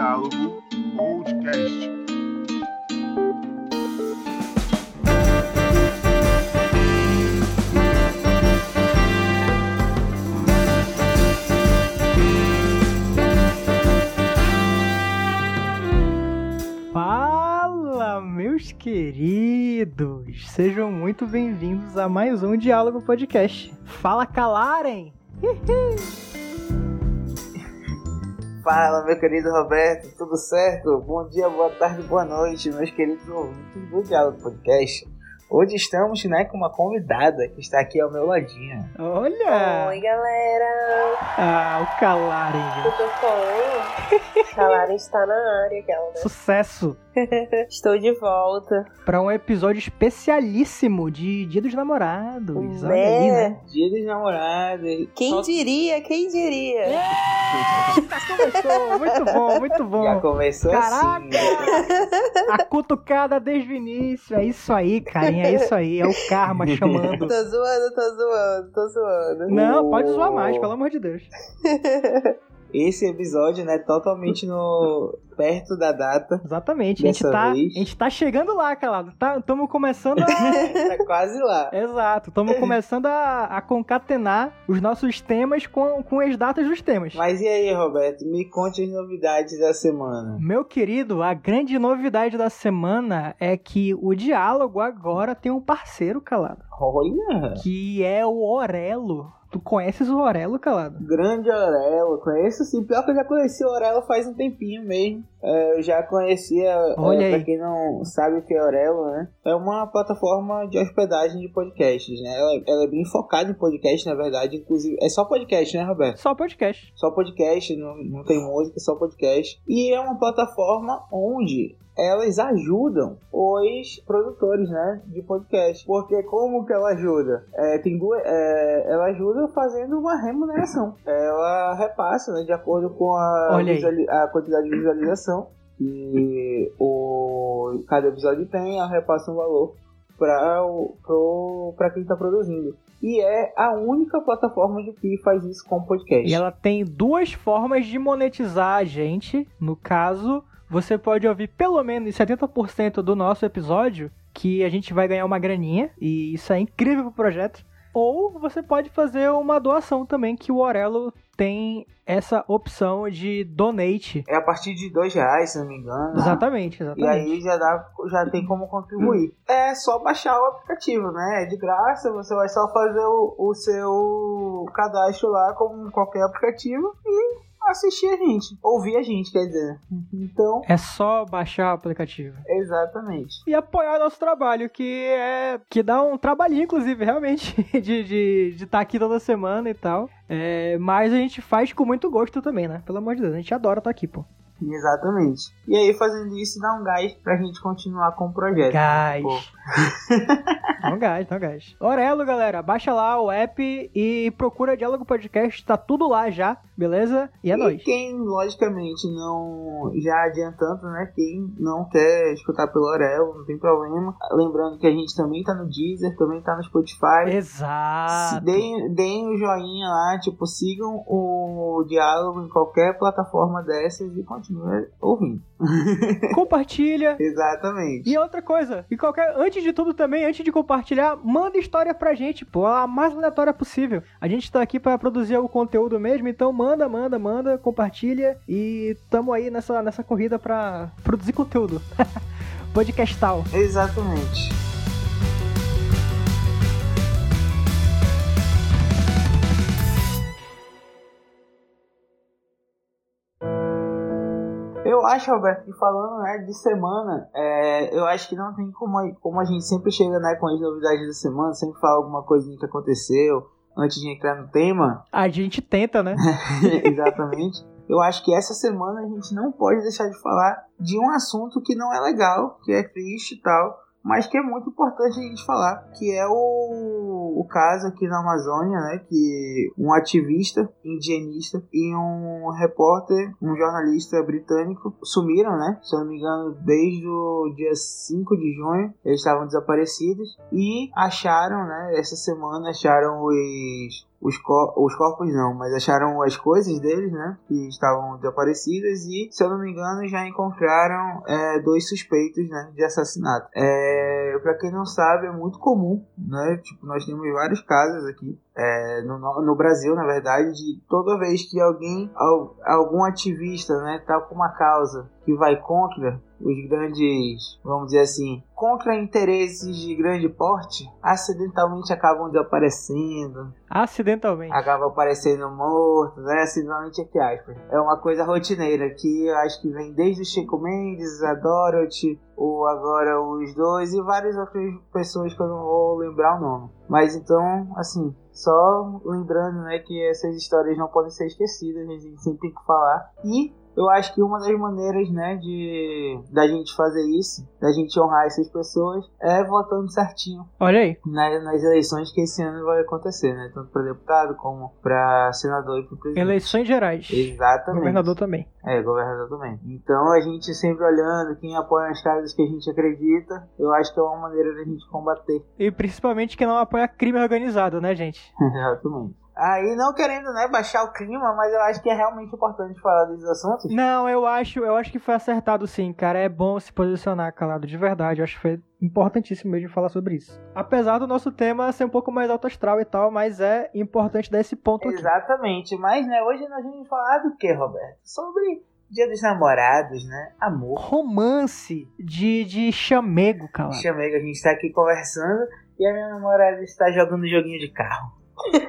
Diálogo Podcast. Fala, meus queridos! Sejam muito bem-vindos a mais um Diálogo Podcast. Fala, calarem! Fala, meu querido Roberto, tudo certo? Bom dia, boa tarde, boa noite, meus queridos ouvintes do Diálogo Podcast. Hoje estamos, com uma convidada que está aqui ao meu ladinho. Olha! Oi, galera! Ah, o calarem, gente. Tudo bom? Calarem está na área, galera. Sucesso! Estou de volta. Para um episódio especialíssimo de Dia dos Namorados. Olha Né? aí, né? Dia dos Namorados. Quem diria? Começou! Muito bom, muito bom. Já começou Caraca! assim. A cutucada desde o início. É isso aí, carinha, é isso aí. É o karma chamando. Tô zoando. Não, pode zoar mais, pelo amor de Deus. Esse episódio, totalmente perto da data. Exatamente, Dessa a vez. gente tá chegando lá, calado. Estamos começando a... Tá quase lá. Exato, estamos começando a concatenar os nossos temas com as datas dos temas. Mas e aí, Roberto? Me conte as novidades da semana. Meu querido, a grande novidade da semana é que o Diálogo agora tem um parceiro, calado. Olha! Que é o Orelo. Tu conheces o Orelo, calado? Grande Orelo, conheço sim. Pior que eu já conheci o Orelo faz um tempinho mesmo. Eu já conhecia, Olha pra aí. quem não sabe o que é Orelo, né? É uma plataforma de hospedagem de podcasts, né? Ela é bem focada em podcast, na verdade. Inclusive, é só podcast, né, Roberto? Só podcast. Só podcast, não tem música, só podcast. E é uma plataforma onde elas ajudam os produtores, né, de podcast. Porque como que ela ajuda? Ela ajuda fazendo uma remuneração. Ela repassa, né, de acordo com a quantidade de visualização que cada episódio tem, ela repassa um valor para quem está produzindo. E é a única plataforma que faz isso com podcast. E ela tem duas formas de monetizar a gente. No caso, você pode ouvir pelo menos 70% do nosso episódio, que a gente vai ganhar uma graninha, e isso é incrível pro projeto. Ou você pode fazer uma doação também, que o Orelo tem essa opção de donate. É a partir de R$2, se não me engano. Exatamente. E aí já tem como contribuir. É só baixar o aplicativo, né? É de graça, você vai só fazer o seu cadastro lá como qualquer aplicativo e assistir a gente, ouvir a gente, quer dizer. Então, É só baixar o aplicativo. exatamente. E apoiar nosso trabalho, que dá um trabalhinho, inclusive, realmente, de estar aqui toda semana e tal. Mas a gente faz com muito gosto também, né? Pelo amor de Deus, a gente adora estar aqui, pô. Exatamente. E aí, fazendo isso, dá um gás pra gente continuar com o projeto. Gás. Pô. Dá um gás. Orelo, galera, baixa lá o app e procura Diálogo Podcast, tá tudo lá já, beleza? E é nóis. Quem, logicamente, não... Já adiantando, né? Quem não quer escutar pelo Orelo, não tem problema. Lembrando que a gente também tá no Deezer, também tá no Spotify. Exato. Deem o joinha lá, sigam o Diálogo em qualquer plataforma dessas e continuem ouvindo. Compartilha. Exatamente. E outra coisa, antes de tudo também, antes de compartilhar, manda história pra gente, pô, a mais aleatória possível. A gente tá aqui pra produzir o conteúdo mesmo, então manda, compartilha e tamo aí nessa corrida pra produzir conteúdo. Podcastal. Exatamente. Eu acho, Roberto, que falando, de semana, eu acho que não tem como a gente sempre chega, com as novidades da semana, sempre fala alguma coisinha que aconteceu antes de entrar no tema. A gente tenta, né? Exatamente. Eu acho que essa semana a gente não pode deixar de falar de um assunto que não é legal, que é triste e tal, mas que é muito importante a gente falar, que é o caso aqui na Amazônia, que um ativista indigenista e um repórter, um jornalista britânico sumiram, se eu não me engano, desde o dia 5 de junho, eles estavam desaparecidos e acharam, essa semana, acharam os corpos não, mas acharam as coisas deles, né, que estavam desaparecidas e, se eu não me engano, já encontraram 2 suspeitos, né, de assassinato. Pra quem não sabe, é muito comum, né, tipo, nós temos vários casos aqui, no Brasil, na verdade, de toda vez que algum ativista, né, tá com uma causa que vai contra os grandes, vamos dizer assim, contra interesses de grande porte, acidentalmente acabam desaparecendo. Acidentalmente. Acaba aparecendo morto, né? Acidentalmente, entre aspas. É uma coisa rotineira que eu acho que vem desde o Chico Mendes, a Dorothy, ou agora os dois e várias outras pessoas que eu não vou lembrar o nome. Mas então, assim, só lembrando, né, que essas histórias não podem ser esquecidas, a gente sempre tem que falar. E eu acho que uma das maneiras, né, da gente fazer isso, da gente honrar essas pessoas, é votando certinho. Olha aí. Nas eleições que esse ano vai acontecer, né? Tanto para deputado como para senador e para presidente. Eleições gerais. Exatamente. Governador também. Governador também. Então a gente sempre olhando quem apoia as causas que a gente acredita, eu acho que é uma maneira da gente combater. E principalmente quem não apoia crime organizado, né, gente? Exatamente. Aí não querendo, né, baixar o clima, mas eu acho que é realmente importante falar desses assuntos. Não, eu acho que foi acertado sim, cara. É bom se posicionar, Calado, de verdade. Eu acho que foi importantíssimo mesmo falar sobre isso. Apesar do nosso tema ser um pouco mais alto astral e tal, mas é importante dar esse ponto aqui. Exatamente, mas, né, hoje nós vamos falar do que, Roberto? Sobre Dia dos Namorados, né? Amor. Romance de chamego, Calado. Chamego, a gente tá aqui conversando e a minha namorada está jogando joguinho de carro.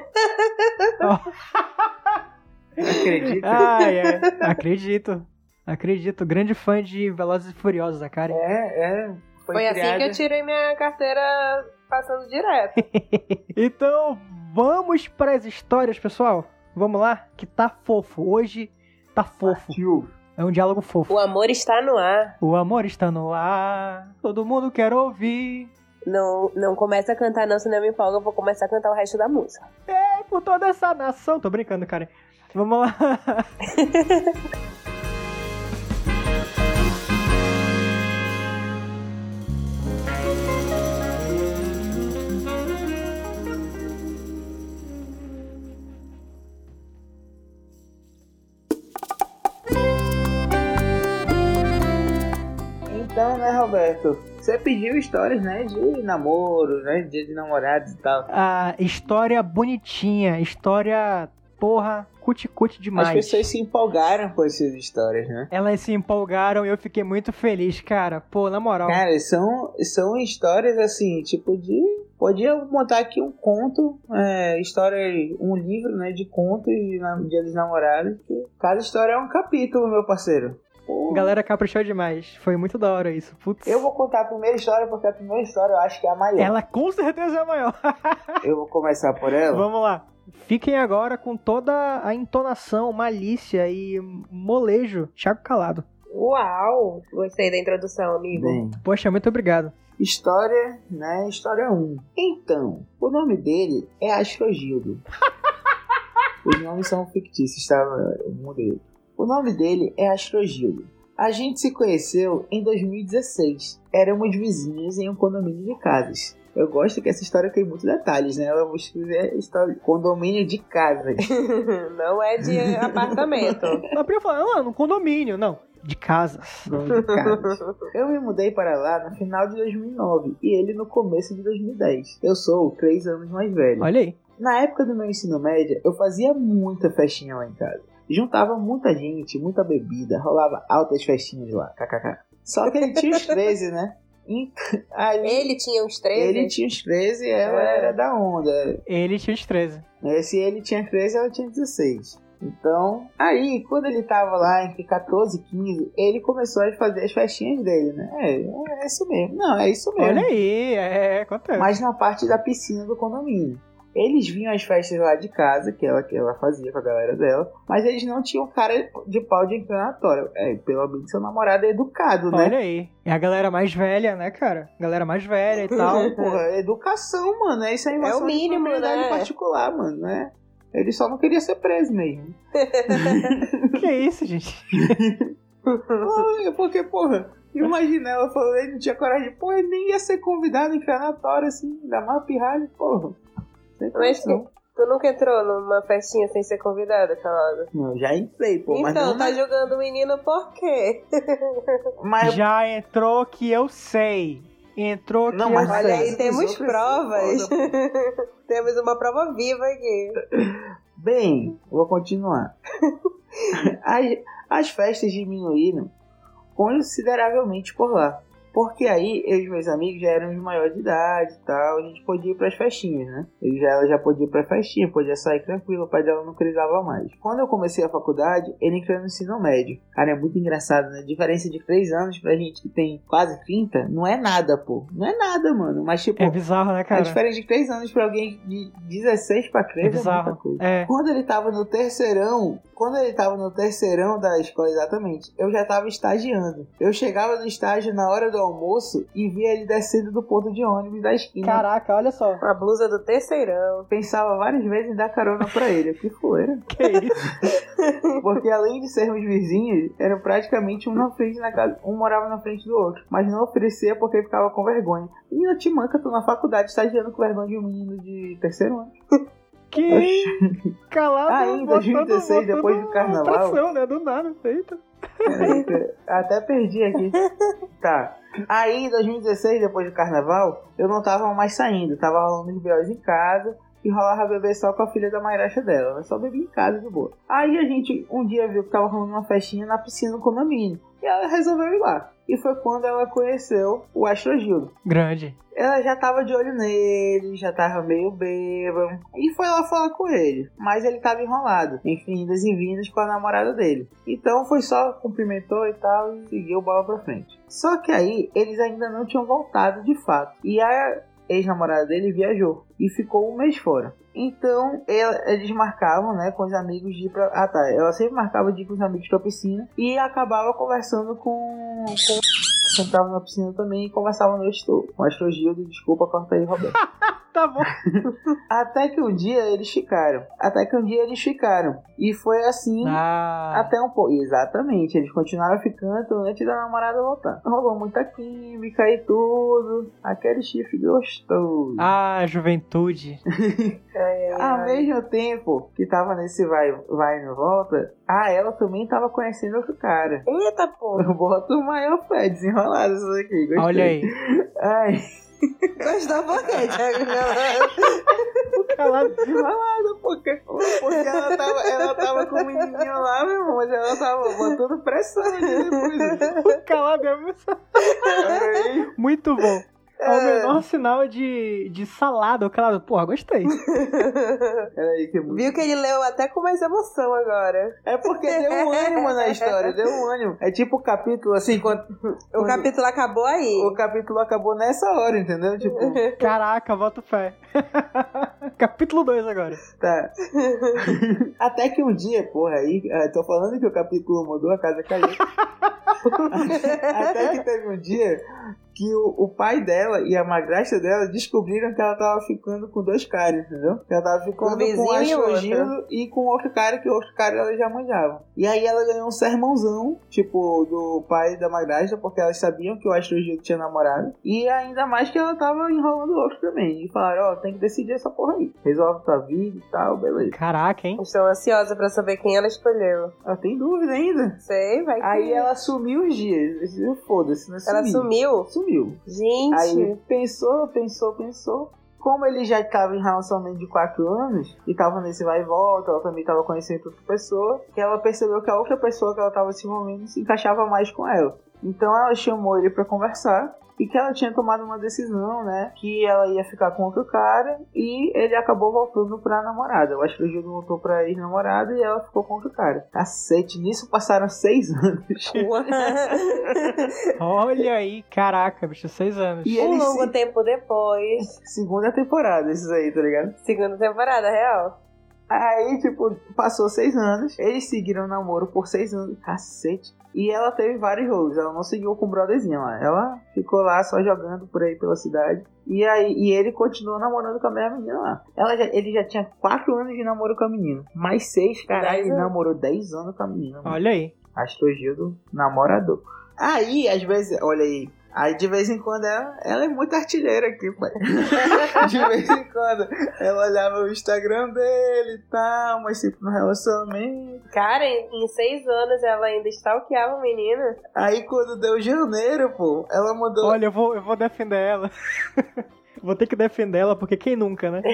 Acredita? Acredito. Grande fã de Velozes e Furiosos, a cara. Foi assim que eu tirei minha carteira passando direto. Então, vamos para as histórias, pessoal. Vamos lá, que tá fofo. Hoje tá fofo. Partiu. É um diálogo fofo. O amor está no ar. O amor está no ar. Todo mundo quer ouvir. Não começa a cantar não, senão eu me empolgo, eu vou começar a cantar o resto da música. Por toda essa nação. Tô brincando, cara. Vamos lá. Então, né, Roberto? Você pediu histórias, né, de namoro, né, de dia de namorados e tal. A história bonitinha, história, porra, cuti-cuti demais. As pessoas se empolgaram com essas histórias, né? Elas se empolgaram e eu fiquei muito feliz, cara. Pô, na moral. Cara, são histórias assim, tipo de... Podia montar aqui um conto, um livro, né, de contos de Dia dos Namorados. Que cada história é um capítulo, meu parceiro. A galera caprichou demais. Foi muito da hora isso. Putz. Eu vou contar a primeira história, porque a primeira história eu acho que é a maior. Ela com certeza é a maior. Eu vou começar por ela. Vamos lá. Fiquem agora com toda a entonação, malícia e molejo. Thiago Calado. Uau! Gostei da introdução, amigo. Bem, Poxa, muito obrigado. história, né? História 1. Então, o nome dele é Astrogildo. Os nomes são fictícios, tá? Eu mudei. O nome dele é Astrogildo. A gente se conheceu em 2016. Éramos vizinhos em um condomínio de casas. Eu gosto que essa história tem muitos detalhes, né? Eu vou escrever história condomínio de casas. Não é de apartamento. Eu podia falar, no condomínio, não. De casas. De casas. Eu me mudei para lá no final de 2009 e ele no começo de 2010. Eu sou 3 anos mais velho. Olha aí. Na época do meu ensino médio, eu fazia muita festinha lá em casa. Juntava muita gente, muita bebida, rolava altas festinhas lá, kkk. Só que ele tinha uns 13, né? Aí, Ele tinha uns 13? ele tinha uns 13 e ela era da onda. Ele tinha os 13. Se ele tinha 13, ela tinha 16. Então, aí, quando ele tava lá entre 14 e 15, ele começou a fazer as festinhas dele, né? É isso mesmo. Não, é isso mesmo. Olha aí, acontece. Mas na parte da piscina do condomínio. Eles vinham às festas lá de casa, que ela fazia com a galera dela, mas eles não tinham cara de pau de inclinatório. Pelo menos seu namorado é educado, né? Olha aí. É a galera mais velha, né, cara? Galera mais velha e tal. Porra, educação, mano. Isso é o mínimo, né? particular, mano, né? Ele só não queria ser preso mesmo. Que isso, gente? Porque, porra, imagina ela falando, ele não tinha coragem de, porra, ele nem ia ser convidado em inclinatório, assim, da mais pirralha, porra. Mas Tu nunca entrou numa festinha sem ser convidada, Calado? Não, já entrei, pô. Mas então, não... tá jogando o menino por quê? Mas... Já entrou que eu sei. Entrou Não, que mas eu Olha sei. aí, temos provas. Temos uma prova viva aqui. Bem, vou continuar. As festas diminuíram consideravelmente por lá. Porque aí, eu e meus amigos já éramos maiores de idade e tal, a gente podia ir pras festinhas, né? Ela já podia ir pra festinha, podia sair tranquilo, o pai dela não crisava mais. Quando eu comecei a faculdade, ele entrou no ensino médio. Cara, é muito engraçado, né? A diferença de 3 anos pra gente que tem quase 30, não é nada, pô. Não é nada, mano. Mas, tipo... É bizarro, né, cara? A diferença de 3 anos pra alguém de 16 pra 13 É bizarro. muita coisa. É. Quando ele tava no terceirão da escola, exatamente, eu já tava estagiando. Eu chegava no estágio na hora do almoço e via ele descendo do ponto de ônibus da esquina. Caraca, olha só. Com a blusa do terceirão. Pensava várias vezes em dar carona pra ele. O que foi? Que isso? Porque além de sermos vizinhos, eram praticamente um na frente na casa. Um morava na frente do outro. Mas não oferecia porque ficava com vergonha. Menina, te manca, tô na faculdade estagiando com vergonha de um menino de terceiro ano. Que calado. Ainda, 2016, depois do carnaval. Pressão, né? Do nada, eita. Peraí, até perdi aqui. Tá. Aí, em 2016, depois do carnaval, eu não tava mais saindo. Tava rolando os B.O.s em casa e rolava beber só com a filha da madrasta dela. Ela só bebia em casa de boa. Aí a gente um dia viu que tava rolando uma festinha na piscina do condomínio. E ela resolveu ir lá. E foi quando ela conheceu o Astrogildo. Grande. Ela já tava de olho nele, já tava meio bêbado. E foi lá falar com ele. Mas ele tava enrolado. Enfim, indas e vindas com a namorada dele. Então foi só, cumprimentou e tal, e seguiu o bola pra frente. Só que aí, eles ainda não tinham voltado de fato. E a ex-namorada dele viajou. E ficou um mês fora. Então, eles marcavam, né, com os amigos de ir pra... Ah, tá. Ela sempre marcava de ir com os amigos pra piscina. E acabava conversando com... Sentava na piscina também e conversava no estudo. Com o Astrogildo, desculpa, corta aí, Roberto. Tá bom. Até que um dia eles ficaram. E foi assim até um pouco. Exatamente, eles continuaram ficando antes da namorada voltar. Rolou muita química e tudo. Aquele chifre gostoso. Ah, juventude. Ao mesmo tempo que tava nesse vai e não volta, ela também tava conhecendo outro cara. Eita, pô. Eu boto o maior fé, desenrolado isso aqui. Gostei. Olha aí. Ai. Gostou por quê, Thiago? Calado. Desenrolado, porque ela tava com o menininho lá, meu irmão, mas ela tava botando pressão ali depois. Calado é muito bom. É o menor sinal de salada. Calado, porra, gostei. Peraí, que Viu que ele leu até com mais emoção agora. É porque deu um ânimo na história, deu um ânimo. É tipo o capítulo assim, o capítulo acabou aí. O capítulo acabou nessa hora, entendeu? Tipo, caraca, boto fé. Capítulo 2 agora. Tá. Até que um dia, porra, aí, tô falando que o capítulo mudou, a casa caiu. Até que teve um dia que o pai dela e a madrasta dela descobriram que ela tava ficando com 2 caras, entendeu? Que ela tava ficando com o Astrogildo e com outro cara, que o outro cara ela já manjava. E aí ela ganhou um sermãozão, tipo, do pai da madrasta, porque elas sabiam que o Astrogildo tinha namorado. E ainda mais que ela tava enrolando o outro também. E falaram, tem que decidir essa porra aí. Resolve tua vida e tal, beleza. Caraca, hein? Estou ansiosa pra saber quem ela escolheu. Ela tem dúvida ainda. Sei, vai que... Aí ela sumiu uns dias. Foda-se, né? Ela sumiu? Sumiu. Gente. Aí pensou. Como ele já estava em relacionamento de 4 anos e tava nesse vai e volta, ela também tava conhecendo outra pessoa, que ela percebeu que a outra pessoa que ela tava se envolvendo se encaixava mais com ela. Então ela chamou ele pra conversar e que ela tinha tomado uma decisão, né, que ela ia ficar com outro cara e ele acabou voltando pra namorada. Eu acho que o Gildo voltou pra ex-namorada e ela ficou com outro cara. Cacete, nisso passaram 6 anos. Olha aí, caraca, bicho, 6 anos. E um longo tempo depois. Segunda temporada, esses aí, tá ligado? Segunda temporada, real. Aí, tipo, passou 6 anos. Eles seguiram o namoro por 6 anos. Cacete. E ela teve vários rolos. Ela não seguiu com o brotherzinho lá. Ela ficou lá só jogando por aí pela cidade. E ele continuou namorando com a mesma menina lá. Ele já tinha 4 anos de namoro com a menina. Mais 6, caralho. Ele namorou 10 anos com a menina. Olha aí. Astrogildo, namorador. Aí, às vezes, olha aí. Aí de vez em quando ela é muito artilheira aqui, pai. De vez em quando ela olhava o Instagram dele e tal, mas tipo no relacionamento. Cara, em 6 anos ela ainda stalkeava o menino. Aí quando deu janeiro, pô, ela mandou... Olha, eu vou defender ela. Vou ter que defender ela, porque quem nunca, né?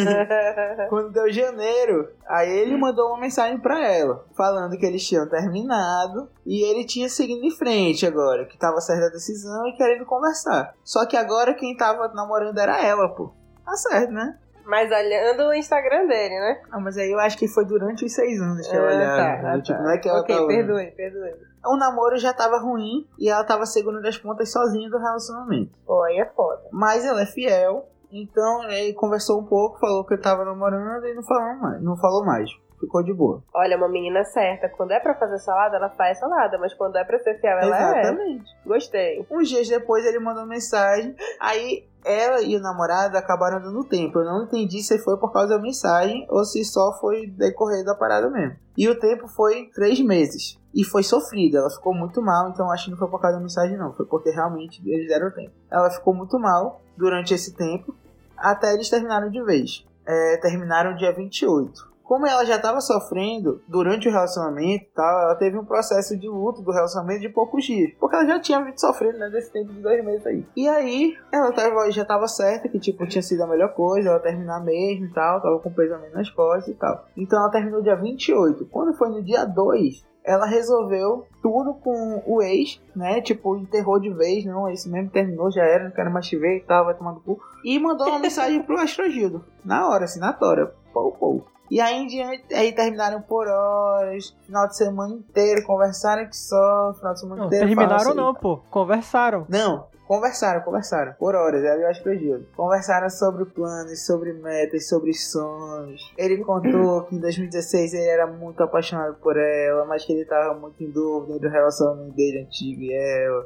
Quando deu janeiro, aí ele mandou uma mensagem pra ela, falando que eles tinham terminado e ele tinha seguido em frente agora, que tava certa a decisão e querendo conversar. Só que agora quem tava namorando era ela, pô. Tá certo, né? Mas olhando o Instagram dele, né? Ah, mas aí eu acho que foi durante os 6 anos que ela olhava. Tipo, não é que ela ok, tava... perdoe. O namoro já tava ruim e ela tava segurando as pontas sozinha do relacionamento. Pô, aí é foda. Mas ela é fiel, então ele conversou um pouco, falou que ele tava namorando e não falou mais. Ficou de boa. Olha, uma menina certa, quando é pra fazer salada, ela faz salada, mas quando é pra ser fiel, ela Exatamente. Gostei. Uns dias depois ele mandou mensagem, aí ela e o namorado acabaram dando tempo. Eu não entendi se foi por causa da mensagem ou se só foi decorrer da parada mesmo. E o tempo foi 3 meses. E foi sofrido, ela ficou muito mal, então acho que não foi por causa da mensagem não, foi porque realmente eles deram tempo. Ela ficou muito mal durante esse tempo, até eles terminaram de vez. Terminaram dia 28. Como ela já estava sofrendo durante o relacionamento e tal, ela teve um processo de luto do relacionamento de poucos dias. Porque ela já tinha vindo sofrendo, né, desse tempo de 2 meses aí. E aí, ela já estava certa que, tipo, tinha sido a melhor coisa, ela terminar mesmo e tal, tava com pesamento nas costas e tal. Então ela terminou dia 28. Quando foi no dia 2, ela resolveu tudo com o ex, né? Tipo, enterrou de vez, não, esse mesmo terminou, já era, não quero mais te ver e tal, vai tomar no cu. E mandou uma mensagem pro Astrogildo. Na hora, assim, na tora. Pou. E aí em diante, aí terminaram por horas, final de semana inteiro, conversaram que só, final de semana inteiro. Terminaram não, pô, conversaram. Não, conversaram, por horas, ela e o Astrogildo. Conversaram sobre planos, sobre metas, sobre sonhos. Ele contou que em 2016 ele era muito apaixonado por ela, mas que ele tava muito em dúvida do relacionamento dele antigo e ela.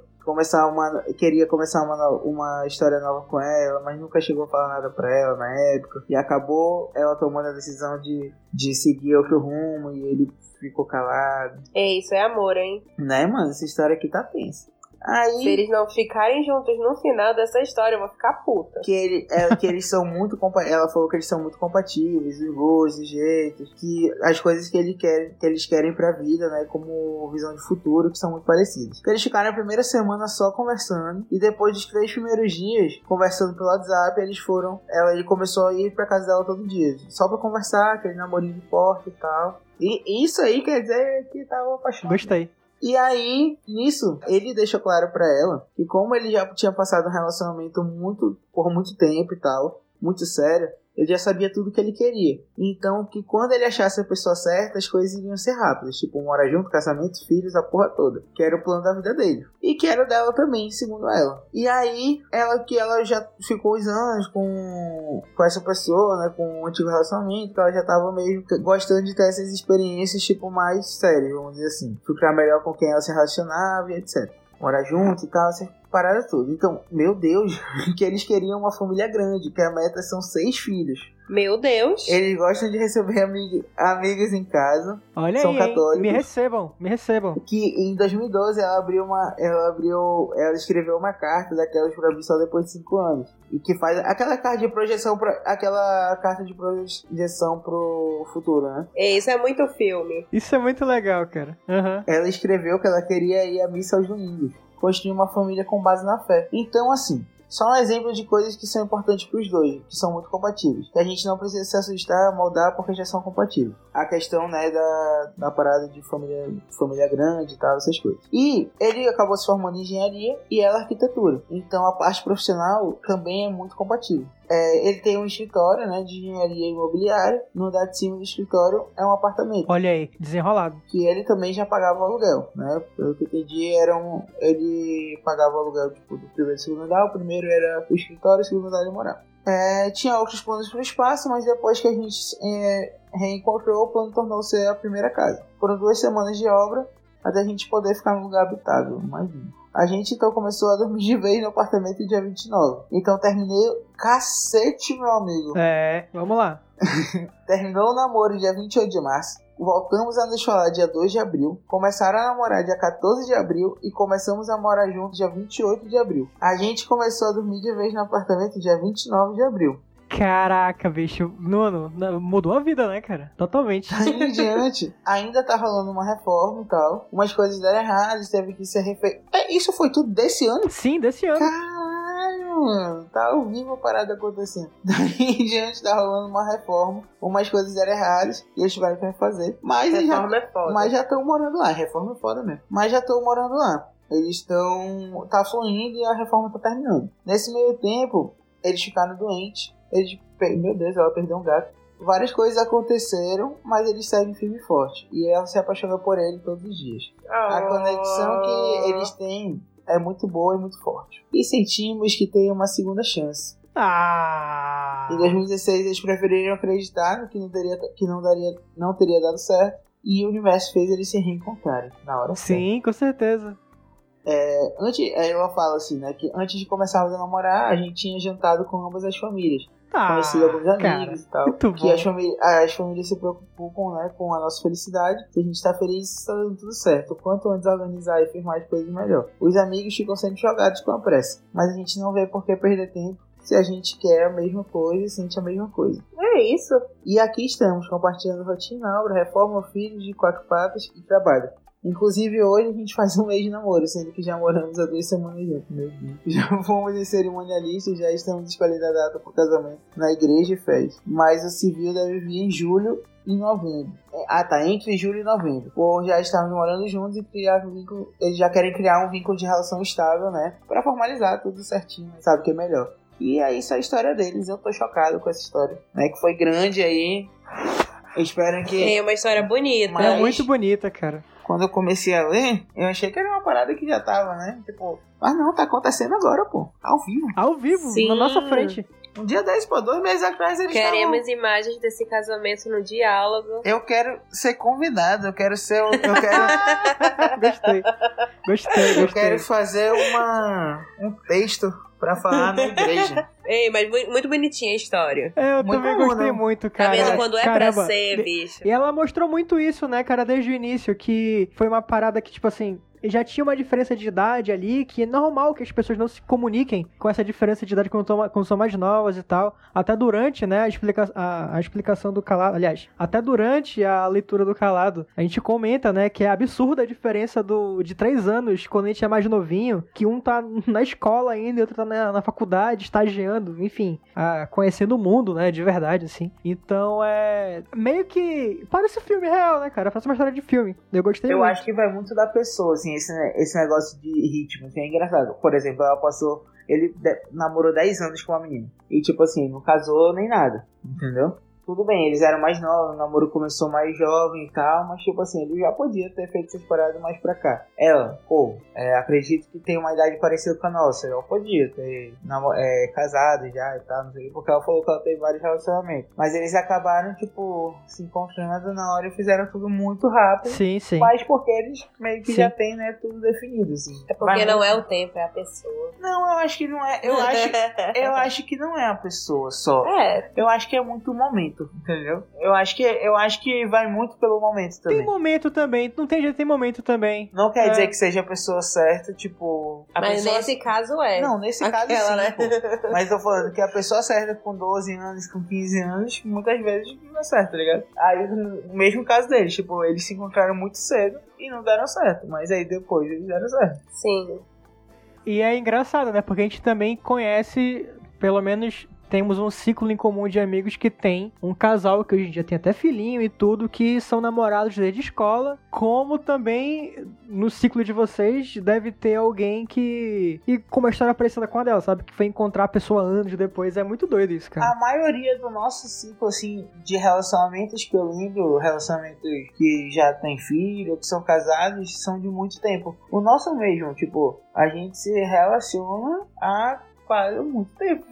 Queria começar uma história nova com ela, mas nunca chegou a falar nada pra ela na época. E acabou ela tomando a decisão de seguir outro rumo e ele ficou calado. Isso é amor, hein? Né, mano? Essa história aqui tá tensa. Aí, se eles não ficarem juntos no final dessa história, eu vou ficar puta. Que eles são muito ela falou que eles são muito compatíveis, os gostos, os jeitos, que as coisas que eles querem pra vida, né, como visão de futuro, que são muito parecidas. Que eles ficaram a primeira semana só conversando, e depois dos 3 primeiros dias, conversando pelo WhatsApp, ele começou a ir pra casa dela todo dia, só pra conversar, aquele namorinho de porta e tal. E isso aí quer dizer que tava apaixonado. Gostei. E aí, nisso, ele deixou claro pra ela que como ele já tinha passado um relacionamento por muito tempo e tal, muito sério, ele já sabia tudo que ele queria. Então, que quando ele achasse a pessoa certa, as coisas iriam ser rápidas. Tipo, morar junto, casamento, filhos, a porra toda. Que era o plano da vida dele. E que era o dela também, segundo ela. E aí, ela já ficou uns anos com essa pessoa, né? Com um antigo relacionamento. Que ela já tava meio gostando de ter essas experiências, tipo, mais sérias, vamos dizer assim. Ficar melhor com quem ela se relacionava e etc. Morar junto e tal, essas paradas tudo. Então, meu Deus, que eles queriam uma família grande, que a meta são 6 filhos. Meu Deus. Eles gostam de receber amigos em casa. Olha são aí, católicos. Me recebam. Que em 2012 ela escreveu uma carta daquelas pra mim só depois de 5 anos. E que faz aquela carta de projeção pro futuro, né? Isso é muito filme. Isso é muito legal, cara. Uhum. Ela escreveu que ela queria ir à missa aos domingos, construir uma família com base na fé. Então, assim, só um exemplo de coisas que são importantes para os dois, que são muito compatíveis. Que a gente não precisa se assustar, moldar, porque já são compatíveis. A questão, né, da parada de família grande e tal, essas coisas. E ele acabou se formando em engenharia e ela arquitetura. Então a parte profissional também é muito compatível. Ele tem um escritório, né, de engenharia imobiliária. No andar de cima do escritório é um apartamento. Olha aí, desenrolado. Que ele também já pagava o aluguel, né? Pelo que eu entendi, ele pagava o aluguel tipo, do primeiro e segundo andar. O primeiro era o escritório, o segundo andar ele morava. Tinha outros planos para o espaço, mas depois que a gente reencontrou, o plano tornou-se a primeira casa. Foram 2 semanas de obra até a gente poder ficar num lugar habitável, imagina. A gente então começou a dormir de vez no apartamento dia 29. Então terminei... Cacete, meu amigo. Vamos lá. Terminou o namoro dia 28 de março. Voltamos a nos falar dia 2 de abril. Começaram a namorar dia 14 de abril. E começamos a morar juntos dia 28 de abril. A gente começou a dormir de vez no apartamento dia 29 de abril. Caraca, bicho. Nuno, mudou a vida, né, cara? Totalmente. Daí em diante, ainda tá rolando uma reforma e tal. Umas coisas deram errado, teve que ser refeito. Isso foi tudo desse ano? Sim, desse ano. Caralho, mano. Tá ao vivo a parada acontecendo. Daí em diante tá rolando uma reforma. Umas coisas deram erradas e eles tiveram que refazer. Mas reforma é foda. Mas já estão morando lá. Reforma é foda mesmo. Mas já estão morando lá. Eles estão... Tá fluindo e a reforma tá terminando. Nesse meio tempo, eles ficaram doentes. Meu Deus, ela perdeu um gato. Várias coisas aconteceram, mas eles seguem firme e forte. E ela se apaixona por ele todos os dias. A conexão que eles têm é muito boa e muito forte. E sentimos que tem uma segunda chance. Em 2016 eles preferiram acreditar no que não teria dado certo. E o universo fez eles se reencontrarem na hora certa. Sim, com certeza. Ela fala assim, né? Que antes de começarmos a namorar, a gente tinha jantado com ambas as famílias. Conheci alguns amigos e tal. Que as famílias se preocupam, né, com a nossa felicidade. Se a gente tá feliz, está dando tudo certo. Quanto antes organizar e firmar as coisas, melhor. Os amigos ficam sempre jogados com a pressa. Mas a gente não vê por que perder tempo se a gente quer a mesma coisa e sente a mesma coisa. É isso. E aqui estamos, compartilhando rotina, obra, reforma, filhos de 4 patas e trabalho. Inclusive hoje a gente faz um mês de namoro, sendo que já moramos há 2 semanas juntos, meu Deus. Já fomos em cerimonialista, já estamos escolhendo a data para o casamento na igreja e festa. Mas o civil deve vir em julho e novembro. Entre julho e novembro. Ou já estamos morando juntos e criar um vínculo. Eles já querem criar um vínculo de relação estável, né? Para formalizar tudo certinho, sabe o que é melhor. E é isso a história deles, eu tô chocado com essa história, né? Que foi grande aí. Espero que... É uma história bonita. É muito bonita, cara. Quando eu comecei a ler, eu achei que era uma parada que já tava, né? Tipo, mas não, tá acontecendo agora, pô. Ao vivo. Ao vivo, Sim. na nossa frente. Um dia 10, pô, 2 meses atrás eles Queremos imagens desse casamento no diálogo. Eu quero ser convidado, eu quero ser... Gostei. Eu quero fazer um texto pra falar na igreja. Ei, mas muito bonitinha a história. Eu Muito também bom, gostei né? muito, Tá cara. vendo quando é Caramba. pra ser, bicho? E ela mostrou muito isso, né, cara, desde o início, que foi uma parada que, tipo assim, já tinha uma diferença de idade ali, que é normal que as pessoas não se comuniquem com essa diferença de idade quando são mais novas e tal. Até durante, né, a explicação do Calado, aliás, até durante a leitura do Calado, a gente comenta, né, que é absurda a diferença de 3 anos quando a gente é mais novinho, que um tá na escola ainda e outro tá na faculdade, estagiando, enfim, conhecendo o mundo, né, de verdade, assim. Então, meio que parece filme real, né, cara? Parece uma história de filme. Eu gostei muito. Eu acho que vai muito da pessoa, assim, esse negócio de ritmo, assim, é engraçado. Por exemplo, ele namorou 10 anos com uma menina. E, tipo assim, não casou nem nada, entendeu? Tudo bem, eles eram mais novos, o namoro começou mais jovem e tal, mas tipo assim, ele já podia ter feito essas paradas mais pra cá. Ela, acredito que tem uma idade parecida com a nossa, ela podia ter casado já e tal, não sei o que, porque ela falou que ela teve vários relacionamentos. Mas eles acabaram, tipo, se encontrando na hora e fizeram tudo muito rápido. Sim. Mas porque eles meio que já têm, né, tudo definido, assim. É porque não é o tempo, é a pessoa. Não, eu acho que não é. Eu acho que não é a pessoa só. Eu acho que é muito o momento. Entendeu? Eu acho que vai muito pelo momento também. Tem momento também, não tem jeito, tem momento também. Não quer dizer que seja a pessoa certa, tipo... Mas nesse caso é. Não, nesse caso sim, né? Pô. Mas tô falando que a pessoa certa com 12 anos, com 15 anos, muitas vezes não é certo, tá ligado? Aí, no mesmo caso deles, tipo, eles se encontraram muito cedo e não deram certo. Mas aí depois eles deram certo. Sim. E é engraçado, né? Porque a gente também conhece, pelo menos... Temos um ciclo em comum de amigos que tem um casal que hoje em dia tem até filhinho e tudo, que são namorados desde escola, como também no ciclo de vocês deve ter alguém que com uma história parecida com a dela, sabe? Que foi encontrar a pessoa anos depois. É muito doido isso, cara. A maioria do nosso ciclo, assim, de relacionamentos que eu lembro, relacionamentos que já têm filho, que são casados, são de muito tempo. O nosso mesmo, tipo, a gente se relaciona há quase muito tempo.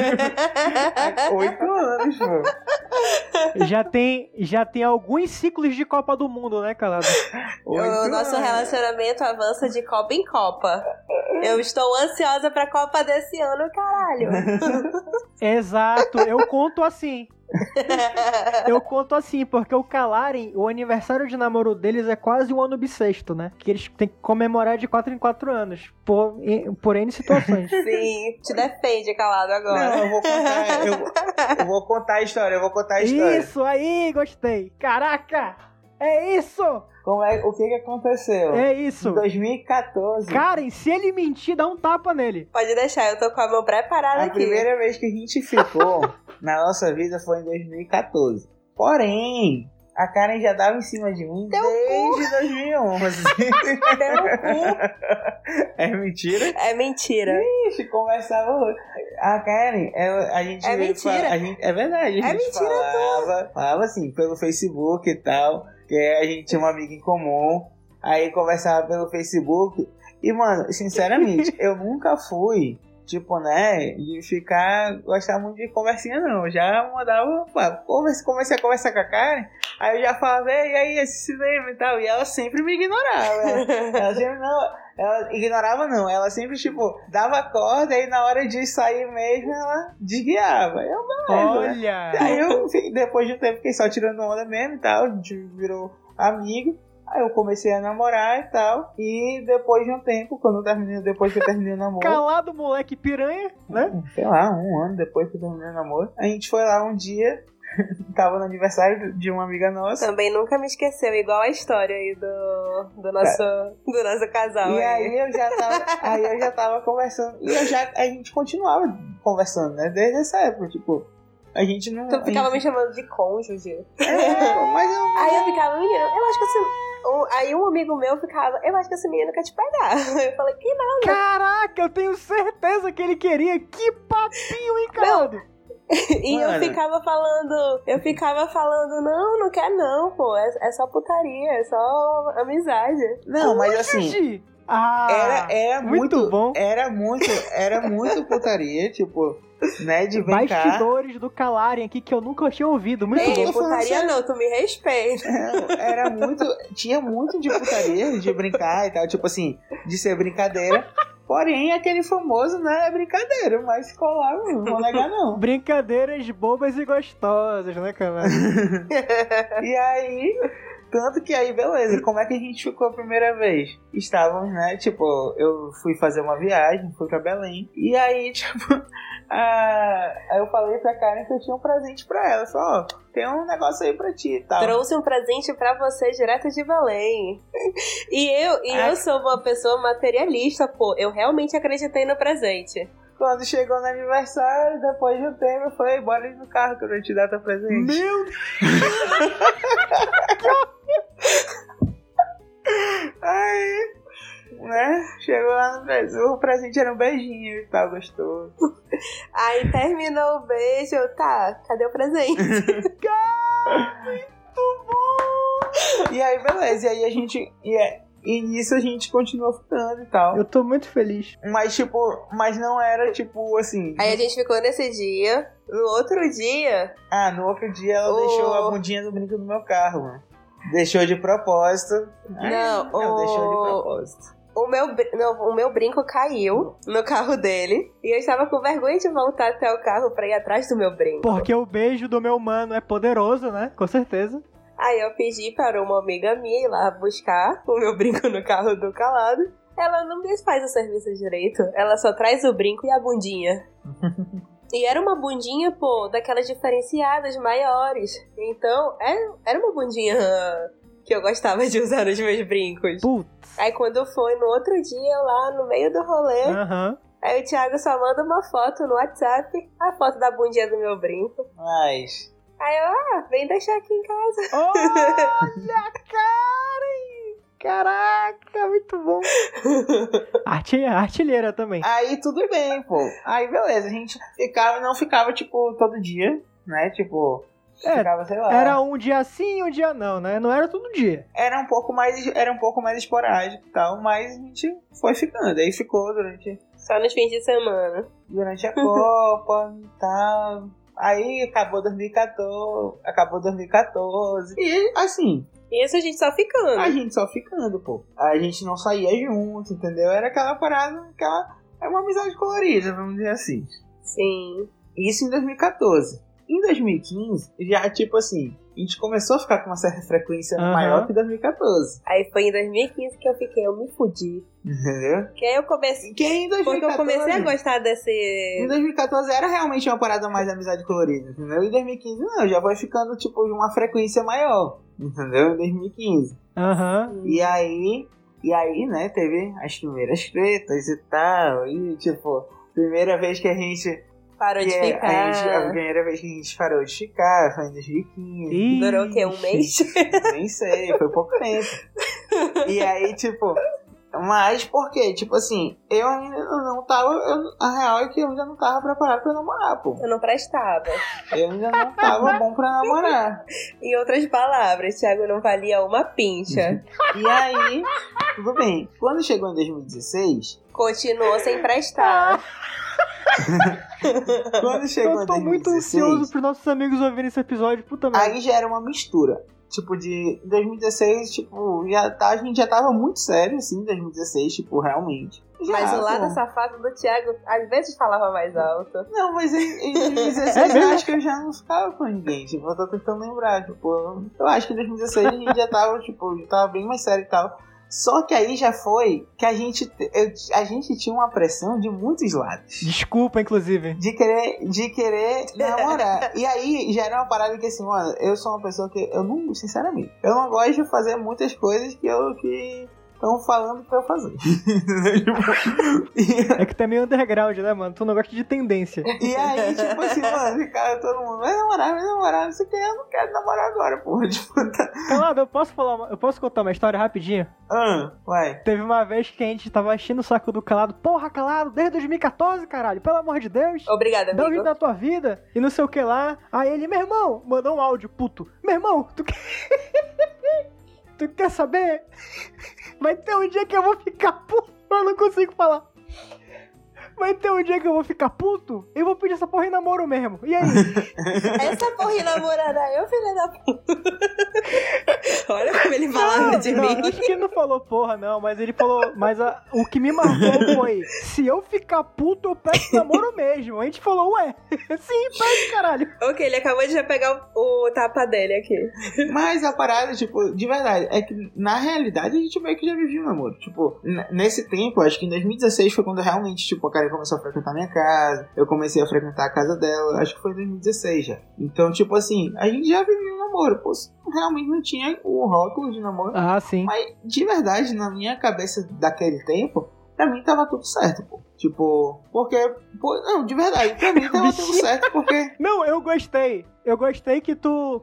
8 anos, pô. Já tem alguns ciclos de Copa do Mundo, né, Calado? O nosso relacionamento avança de Copa em Copa. Eu estou ansiosa pra Copa desse ano, caralho. Exato, eu conto assim. Eu conto assim, porque o Kalaren, o aniversário de namoro deles é quase um ano bissexto, né? Que eles têm que comemorar de 4 em 4 anos. Por N situações. Sim, te defende, calado agora. Não, eu vou contar a história, Isso aí, gostei. Caraca, é isso. O que aconteceu? É isso. Em 2014. Karen, se ele mentir, dá um tapa nele. Pode deixar, eu tô com a mão preparada aqui. A primeira vez que a gente ficou na nossa vida foi em 2014. Porém, a Karen já dava em cima de mim desde 2011. É mentira? É mentira. Ixi, começava... A Karen, a gente... É mentira. É verdade. A gente falava assim, pelo Facebook e tal, que a gente tinha uma amiga em comum, aí conversava pelo Facebook. E, mano, sinceramente, eu nunca fui... Tipo, né, de gostar muito de conversinha, não. Eu já mandava, comecei a conversar com a Karen, aí eu já falava, e aí, esse cinema e tal, e ela sempre me ignorava. Ela sempre ela ignorava não, ela sempre, tipo, dava corda, aí na hora de sair mesmo, ela desguiava. Olha! Né? Aí eu, depois de um tempo, fiquei só tirando onda mesmo e tal, a gente virou amigo. Aí eu comecei a namorar e tal. E depois de um tempo, depois que eu terminei o namoro... Calado, moleque piranha, né? Sei lá, um ano depois que eu terminei o namoro. A gente foi lá um dia, tava no aniversário de uma amiga nossa. Também nunca me esqueceu, igual a história aí do nosso casal. E aí eu já tava conversando. E a gente continuava conversando, né? Desde essa época, tipo... A gente não... Tu ficava me chamando de cônjuge. Mas eu... Aí eu ficava, menino, eu acho que assim... Aí um amigo meu ficava, eu acho que esse menino quer te pegar. Eu falei, que nada. Caraca, eu tenho certeza que ele queria. Que papinho, hein, cara? E eu ficava falando, não quer não, pô. É só putaria, é só amizade. Não, mas assim... era muito bom. Era muito putaria, tipo, né, de brincar. Bastidores do Kalaren aqui que eu nunca tinha ouvido. Muito bom. Putaria não, tu me respeita. Tinha muito de putaria, de brincar e tal, tipo assim, de ser brincadeira. Porém, aquele famoso, né, é brincadeira, mas ficou lá, não vou negar não. Brincadeiras bobas e gostosas, né, cara? E aí... Tanto que aí, beleza, como é que a gente ficou a primeira vez? Estávamos, né, tipo, eu fui fazer uma viagem, fui pra Belém. E aí, tipo, aí eu falei pra Karen que eu tinha um presente pra ela. Falei, ó, tem um negócio aí pra ti e tal. Trouxe um presente pra você direto de Belém. Eu sou uma pessoa materialista, pô. Eu realmente acreditei no presente. Quando chegou no aniversário, depois de um tempo, eu falei, bora ir no carro que eu vou te dar teu presente. Meu Deus! Aí, né, chegou lá no presente. O presente era um beijinho e tal, gostoso. Aí terminou o beijo, tá, cadê o presente? Muito bom! E aí, beleza, e aí a gente... E nisso a gente continuou ficando e tal. Eu tô muito feliz. Mas não era, tipo, assim... Aí a gente ficou nesse dia. No outro dia... No outro dia ela deixou a bundinha do brinco no meu carro, mano. Deixou de propósito. Não, deixou de propósito. O meu brinco caiu no carro dele. E eu estava com vergonha de voltar até o carro pra ir atrás do meu brinco. Porque o beijo do meu mano é poderoso, né? Com certeza. Aí eu pedi para uma amiga minha ir lá buscar o meu brinco no carro do Calado. Ela não me faz o serviço direito. Ela só traz o brinco e a bundinha. E era uma bundinha, pô, daquelas diferenciadas, maiores. Então, era uma bundinha que eu gostava de usar nos meus brincos. Putz. Aí quando foi no outro dia, eu lá no meio do rolê, aí o Thiago só manda uma foto no WhatsApp, a foto da bundinha do meu brinco. Mas... Aí eu, vem deixar aqui em casa. Olha, Karen! Caraca, muito bom. Artilheira também. Aí tudo bem, pô. Aí beleza, a gente não ficava, tipo, todo dia, né? Tipo, ficava, sei lá. Era um dia sim e um dia não, né? Não era todo dia. Era um pouco mais esporádico e tal, mas a gente foi ficando. Aí ficou só nos fins de semana. Durante a Copa e tal. Aí acabou 2014. E assim, Isso a gente só ficando. A gente só ficando, pô. A gente não saía junto, entendeu? Era aquela parada, é uma amizade colorida, vamos dizer assim. Sim. Isso em 2014. Em 2015, já tipo assim, a gente começou a ficar com uma certa frequência maior que 2014. Aí foi em 2015 que eu me fudi. Entendeu? Que aí eu comecei... Que em 2014, porque eu comecei a gostar desse... Em 2014 era realmente uma parada mais amizade colorida, entendeu? Em 2015 não, já vai ficando tipo de uma frequência maior, entendeu? Em 2015. E aí, né, teve as primeiras tretas e tal, e tipo, primeira vez que a gente... Parou de ficar. A primeira vez que a gente parou de ficar foi em 2015. Durou o quê? Um mês? Nem sei, foi pouco tempo. E aí, tipo... Mas por quê? Tipo assim, eu ainda não tava... a real é que eu ainda não tava preparado pra namorar, pô. Eu não prestava. Eu ainda não tava bom pra namorar. Em outras palavras, Thiago não valia uma pincha. E aí, tudo bem. Quando chegou em 2016... Continuou sem prestar. Quando chegou eu tô em 2016, muito ansioso pros nossos amigos ouvirem esse episódio, puta merda. Aí já era uma mistura. Tipo, de 2016, tipo, a gente já tava muito sério, assim, em 2016, tipo, realmente. Mas o lado safado do Thiago, às vezes falava mais alto. Não, mas em 2016 eu acho que eu já não ficava com ninguém. Tipo, eu tô tentando lembrar. Tipo, eu acho que em 2016 a gente já tava, tipo, já tava bem mais sério e tal. Só que aí já foi que a gente tinha uma pressão de muitos lados. Desculpa, inclusive. De querer namorar. E aí já era uma parada que assim, mano, eu sou uma pessoa que eu não, sinceramente, eu não gosto de fazer muitas coisas que estão falando pra eu fazer. É que tu é meio underground, né, mano? Tu não gosta de tendência. E aí, tipo assim, mano, cara, todo mundo vai namorar, não sei o que, eu não quero namorar agora, porra. Tipo, tá... Calado, eu posso contar uma história rapidinho? Vai. Teve uma vez que a gente tava enchendo o saco do Calado. Porra, Calado, desde 2014, caralho, pelo amor de Deus. Obrigada, amigo. Dá um jeito na tua vida e não sei o que lá. Aí ele, meu irmão, mandou um áudio, puto. Meu irmão, tu quer saber? Vai ter um dia que eu vou ficar puto. Eu não consigo falar. Vai ter um dia que eu vou ficar puto e vou pedir essa porra em namoro mesmo. E aí? Essa porra em namorada eu, filha da puta. Olha como ele falava de mim. Acho que ele não falou porra, não. Mas ele falou... Mas o que me marcou foi... Se eu ficar puto, eu peço namoro mesmo. A gente falou, ué. Sim, pede, caralho. Ok, ele acabou de já pegar o tapa dele aqui. Mas a parada, tipo, de verdade, é que na realidade a gente meio que já vivia um namoro. Tipo, nesse tempo, acho que em 2016 foi quando realmente, tipo, a Karen começou a frequentar minha casa. Eu comecei a frequentar a casa dela. Acho que foi em 2016 já. Então, tipo assim, a gente já vivia um namoro. Pô, realmente não tinha o rótulo de namoro. Ah, sim. Mas, de verdade, na minha cabeça daquele tempo, pra mim tava tudo certo, pô. Tipo, porque... Pô, não, de verdade, pra mim tava tudo certo, porque... Não, eu gostei. Eu gostei que tu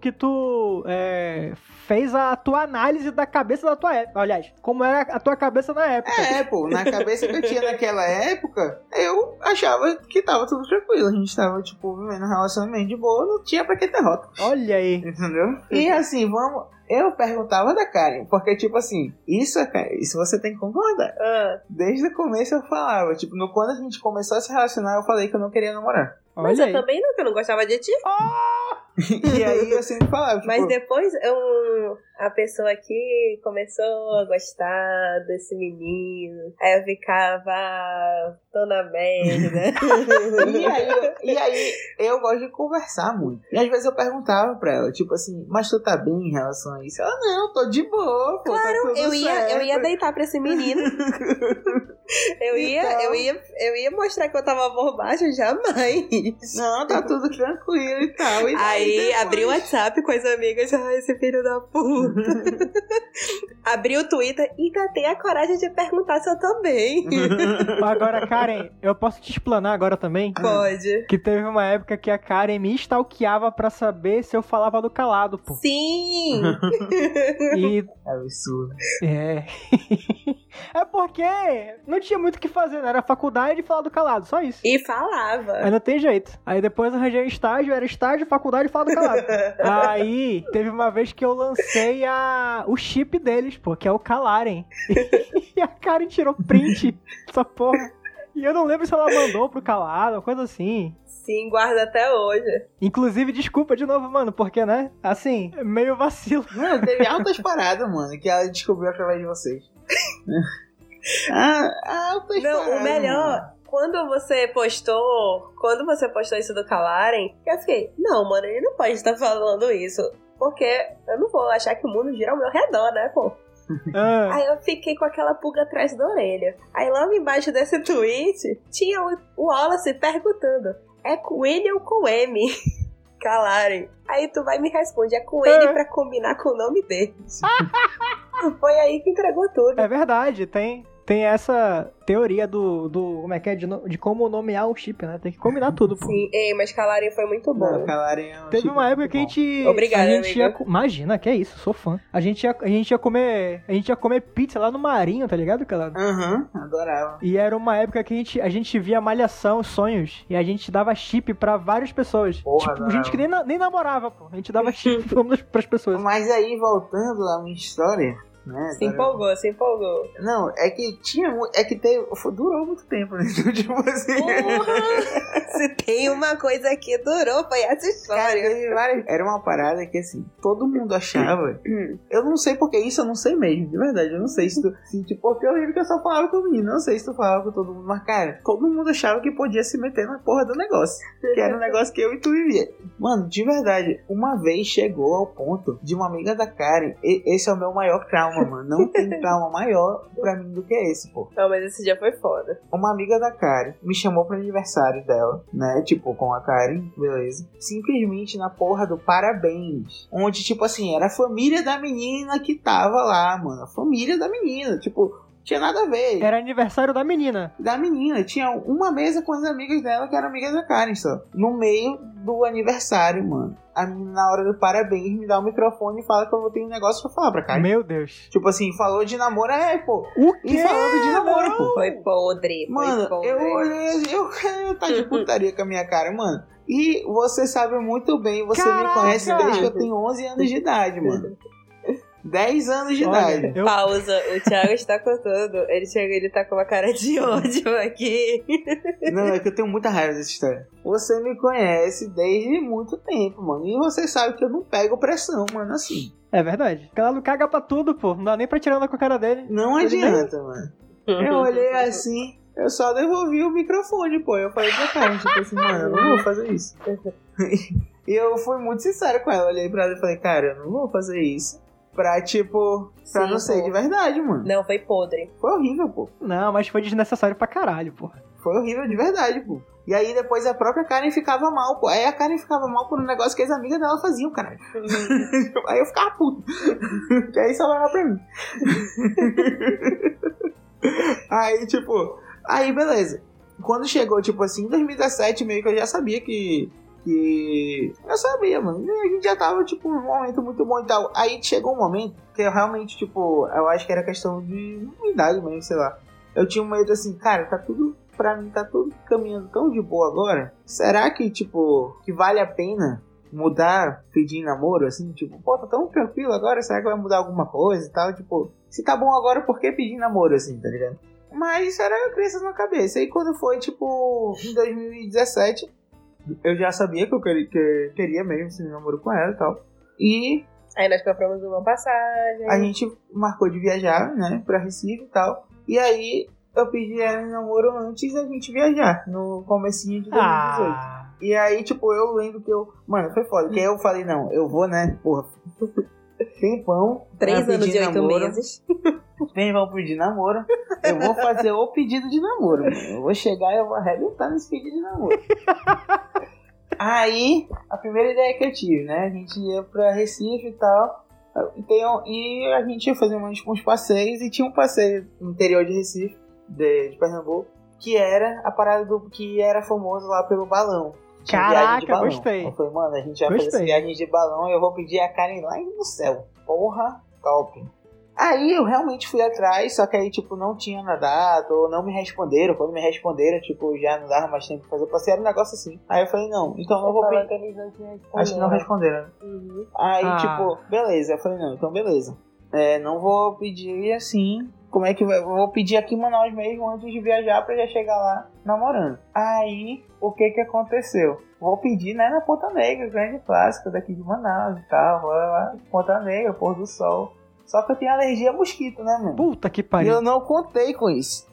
fez a tua análise da cabeça da tua época. Aliás, como era a tua cabeça na época. Pô, na cabeça que eu tinha naquela época, eu achava que tava tudo tranquilo. A gente tava, tipo, vivendo um relacionamento de boa, não tinha pra que ter rota. Olha aí. Entendeu? E assim, eu perguntava da Karen, porque, tipo assim, isso você tem que concordar. Desde o começo eu falava, tipo, quando a gente começou a se relacionar, eu falei que eu não queria namorar. Mas eu também não, que eu não gostava de ti. E aí eu sempre falava, tipo... Mas depois a pessoa aqui começou a gostar desse menino. Aí eu ficava... tô na merda. E aí eu gosto de conversar muito. E às vezes eu perguntava pra ela, tipo assim, mas tu tá bem em relação a isso? Ela, não, tô de boa, pô, claro, tá tudo certo. Eu ia deitar pra esse menino. Eu ia mostrar que eu tava por baixo, jamais. Não, tá tudo tranquilo e tal. E aí abri o WhatsApp com as amigas. Ai, esse filho da puta. Abri o Twitter e ainda tem a coragem de perguntar se eu tô bem. Agora, Karen, eu posso te explanar agora também? Pode. Que teve uma época que a Karen me stalkeava pra saber se eu falava do Calado, pô. Sim! E... é absurdo. É porque não tinha muito o que fazer, né? Era faculdade e falar do Calado, só isso. E falava. Aí não tem jeito. Aí depois eu arranjei um estágio, era estágio, faculdade e falar do Calado. Aí teve uma vez que eu lancei o chip deles, pô, que é o Calaren. E a Karen tirou print dessa porra. E eu não lembro se ela mandou pro Calado, uma coisa assim. Sim, guarda até hoje. Inclusive, desculpa de novo, mano, porque, né? Assim, meio vacilo. Mano, teve altas paradas, mano, que ela descobriu através de vocês. Altas Não, paradas, o melhor, mano. quando você postou isso do Kalaren, eu fiquei, não, mano, ele não pode estar falando isso. Porque eu não vou achar que o mundo gira ao meu redor, né, pô? Ah, Aí eu fiquei com aquela pulga atrás da orelha. Aí logo embaixo desse tweet, tinha o Wallace perguntando, é Coelho ou com M? Kalaren. Aí tu vai e me responde, é com ele pra combinar com o nome dele. Foi aí que entregou tudo. é verdade, tem essa teoria do como é que é? De como nomear o chip, né? Tem que combinar tudo, pô. Sim, ei, mas Kalaren foi muito bom. Não, Kalaren é um Teve chip uma época muito que a bom. gente. Obrigada, a gente amiga. imagina, que é isso, sou fã. A gente ia comer pizza lá no Marinho, tá ligado, Calado? Aham, adorava. E era uma época que a gente via Malhação, Sonhos, e a gente dava chip pra várias pessoas. Porra, tipo, não. gente que nem namorava, pô. A gente dava chip pras pessoas. Mas aí, voltando à minha história, né? Se empolgou. Não, é que durou muito tempo, né? Então, tipo assim. Porra! Se tem uma coisa que durou, foi essa Cara, história. teve várias- era uma parada que assim, todo mundo achava. Eu não sei porque isso, eu não sei mesmo, de verdade. Eu não sei se tu. Tipo, porque eu lembro que eu só falava com o menino. Não sei se tu falava com todo mundo, mas cara, todo mundo achava que podia se meter na porra do negócio. Que era um negócio que eu e tu vivia. Mano, de verdade, uma vez chegou ao ponto de uma amiga da Karen. Esse é o meu maior trauma, mano. Não tem trauma maior pra mim do que esse, pô. Não, mas esse dia foi foda. Uma amiga da Karen me chamou pro aniversário dela, né? Tipo, com a Karen, beleza. Simplesmente na porra do parabéns. Onde, tipo assim, era a família da menina que tava lá, mano. A família da menina. Tipo, tinha nada a ver. Era aniversário da menina. Da menina. Tinha uma mesa com as amigas dela que eram amigas da Karen só. No meio do aniversário, mano. A menina, na hora do parabéns, me dá o microfone e fala que eu vou ter um negócio pra falar pra Karen. Meu Deus. Tipo assim, falou de namoro, pô. O E quê? falando de namoro, Não. pô. Foi podre. Mano, foi podre. eu olhei assim, eu tá de putaria com a minha cara, mano. E você sabe muito bem, você Caraca! me conhece desde que eu tenho 11 anos de idade, mano. 10 anos de Olha, idade. eu- Pausa, o Thiago está contando. Ele tá com uma cara de ódio aqui. Não, é que eu tenho muita raiva dessa história. Você me conhece desde muito tempo, mano. E você sabe que eu não pego pressão, mano, assim. É verdade. Ela não caga pra tudo, pô. Não dá nem pra tirar onda com a cara dele. Não adianta, mano. Eu olhei assim, eu só devolvi o microfone, pô. Eu falei pra Karen, tipo assim, mano, eu não vou fazer isso. E eu fui muito sincero com ela. Olhei pra ela e falei, cara, eu não vou fazer isso. Pra, tipo, pra Sim, não ser pô. de verdade, mano. Não, foi podre. Foi horrível, pô. Não, mas foi desnecessário pra caralho, pô. Foi horrível de verdade, pô. E aí depois a própria Karen ficava mal, pô. Aí a Karen ficava mal por um negócio que as amigas dela faziam, caralho. Aí eu ficava puto. Que aí só vai pra mim. Aí, tipo... Aí, beleza. Quando chegou, tipo assim, em 2017, meio que eu já sabia que... Eu sabia, mano. A gente já tava, tipo, num momento muito bom e tal. Aí chegou um momento que eu realmente, tipo... Eu acho que era questão de idade mesmo, sei lá. Eu tinha um medo assim, cara, tá tudo... Pra mim tá tudo caminhando tão de boa agora. Será que, tipo, que vale a pena mudar, pedir namoro, assim? Tipo, pô, tá tão tranquilo agora, será que vai mudar alguma coisa e tal? Tipo, se tá bom agora, por que pedir namoro, assim, tá ligado? Mas isso era crenças na cabeça. E quando foi, tipo, em 2017, eu já sabia que eu queria mesmo esse namoro com ela e tal. E Aí nós compramos uma passagem. a gente marcou de viajar, né, pra Recife e tal. E aí eu pedi ela em namoro antes da gente viajar, no comecinho de 2018. Ah, E aí, tipo, eu lembro que eu... Mano, foi foda. Que aí eu falei, não, eu vou, né, porra... Tempão. 3 pra anos pedir e 8 namoro. meses. Tempão pedir namoro. Eu vou fazer o pedido de namoro, mano. Eu vou chegar e eu vou arrebentar nesse pedido de namoro. Aí, a primeira ideia que eu tive, né? A gente ia pra Recife e tal. E a gente ia fazer uns passeios. E tinha um passeio no interior de Recife, de Pernambuco, que era a parada que era famoso lá pelo balão. Tinha viagem de caraca, balão. gostei. Eu falei, mano, a gente vai fazer essa Gostei. viagem de balão e eu vou pedir a Karen lá no céu. Porra, top. Aí eu realmente fui atrás, só que aí, tipo, não tinha nadado, ou não me responderam. Quando me responderam, tipo, já não dava mais tempo pra fazer o passeio, era um negócio assim. Aí eu falei, não, então eu não vou pedir. Que eles não tinham Acho que não responderam. Uhum. Aí, Ah. tipo, beleza. Eu falei, não, então beleza. Não vou pedir assim. Como é que vai? Eu vou pedir aqui em Manaus mesmo antes de viajar pra já chegar lá namorando. Aí, o que aconteceu? Vou pedir, né, na Ponta Negra, grande clássica daqui de Manaus e tal. Vou lá, Ponta Negra, pôr do sol. Só que eu tenho alergia a mosquito, né, mano? Puta que E pariu. eu não contei com isso.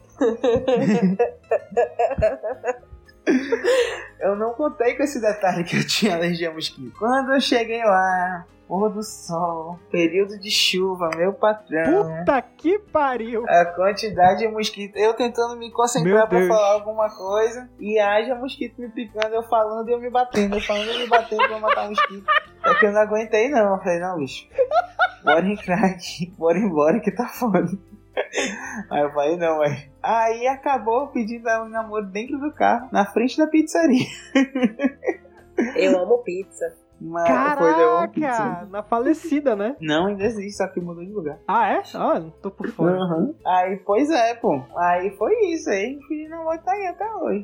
Eu não contei com esse detalhe que eu tinha alergia a mosquito. Quando eu cheguei lá, pôr do sol, período de chuva, meu patrão. Puta que pariu. A quantidade de mosquito. Eu tentando me concentrar pra falar alguma coisa. E haja mosquito me picando, eu falando e eu me batendo. Eu falando e me batendo pra matar mosquito. É que eu não aguentei não. Eu falei, não, bicho. Bora entrar aqui. Bora embora que tá foda. Aí eu falei, não, velho. Aí acabou pedindo um namoro dentro do carro, na frente da pizzaria. Eu amo pizza. Mas Caraca, na falecida, né? Não, ainda existe, só que mudou de lugar. Ah, é? Ah, não tô por fora. Uhum. Aí, pois é, pô. Aí foi isso aí. O filho de namoro tá aí até hoje.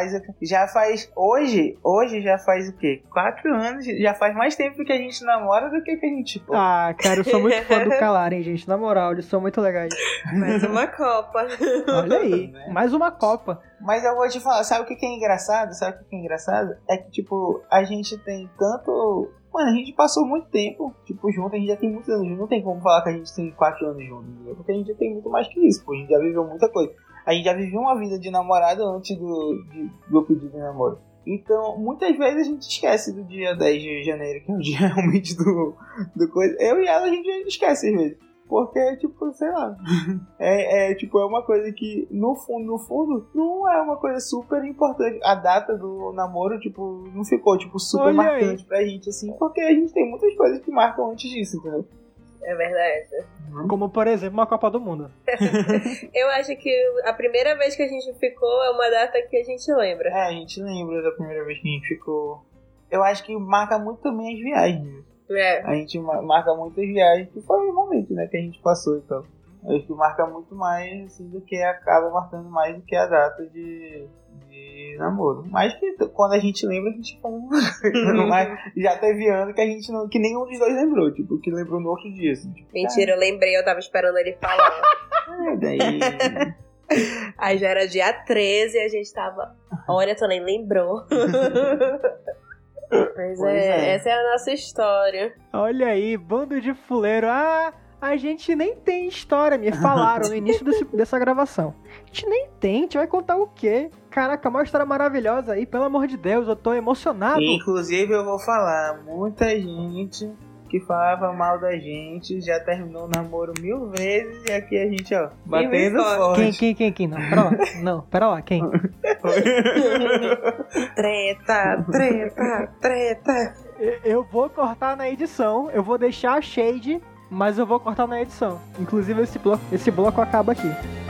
Hoje já faz o quê? 4 anos, já faz mais tempo que a gente namora do que a gente, pô. Ah, cara, eu sou muito fã do Calar, hein, gente, na moral, eles são muito legais. Mais uma Copa. Olha aí, mais uma Copa. Mas eu vou te falar, sabe o que é engraçado? É que, tipo, a gente tem tanto... Mano, a gente passou muito tempo, tipo, junto, a gente já tem muitos anos juntos, não tem como falar que a gente tem 4 anos juntos, entendeu? Porque a gente já tem muito mais que isso, pô, a gente já viveu muita coisa. A gente já viveu uma vida de namorado antes do pedido de namoro. Então, muitas vezes a gente esquece do dia 10 de janeiro, que é o dia realmente do coisa. Eu e ela, a gente esquece às vezes. Porque, tipo, sei lá. Tipo, é uma coisa que, no fundo, não é uma coisa super importante. A data do namoro, tipo, não ficou, tipo, super marcante pra gente, assim. Porque a gente tem muitas coisas que marcam antes disso, entendeu? É verdade. Como, por exemplo, uma Copa do Mundo. Eu acho que a primeira vez que a gente ficou é uma data que a gente lembra. A gente lembra da primeira vez que a gente ficou. Eu acho que marca muito também as viagens. É. A gente marca muitas viagens, que foi o momento, né, que a gente passou e tal. Acho que marca muito mais, assim, do que acaba marcando mais do que a data de namoro. Mas que quando a gente lembra, a gente fala. Mas já teve ano que a gente não. Que nenhum dos dois lembrou, tipo, que lembrou no outro dia. Assim, tipo, mentira, eu lembrei, eu tava esperando ele falar. Daí. Aí já era dia 13 e a gente tava. Olha, tu nem lembrou. Pois é, essa é a nossa história. Olha aí, bando de fuleiro. Ah, a gente nem tem história, me falaram no início dessa gravação. A gente nem tem, a gente vai contar o quê? Caraca, uma história maravilhosa aí, pelo amor de Deus, eu tô emocionado. Inclusive, eu vou falar, muita gente que falava mal da gente já terminou o namoro 1000 vezes e aqui a gente, ó, batendo forte. Quem? Não, pera lá, quem? Treta. Eu vou cortar na edição, eu vou deixar a shade, mas eu vou cortar na edição. Inclusive esse bloco acaba aqui.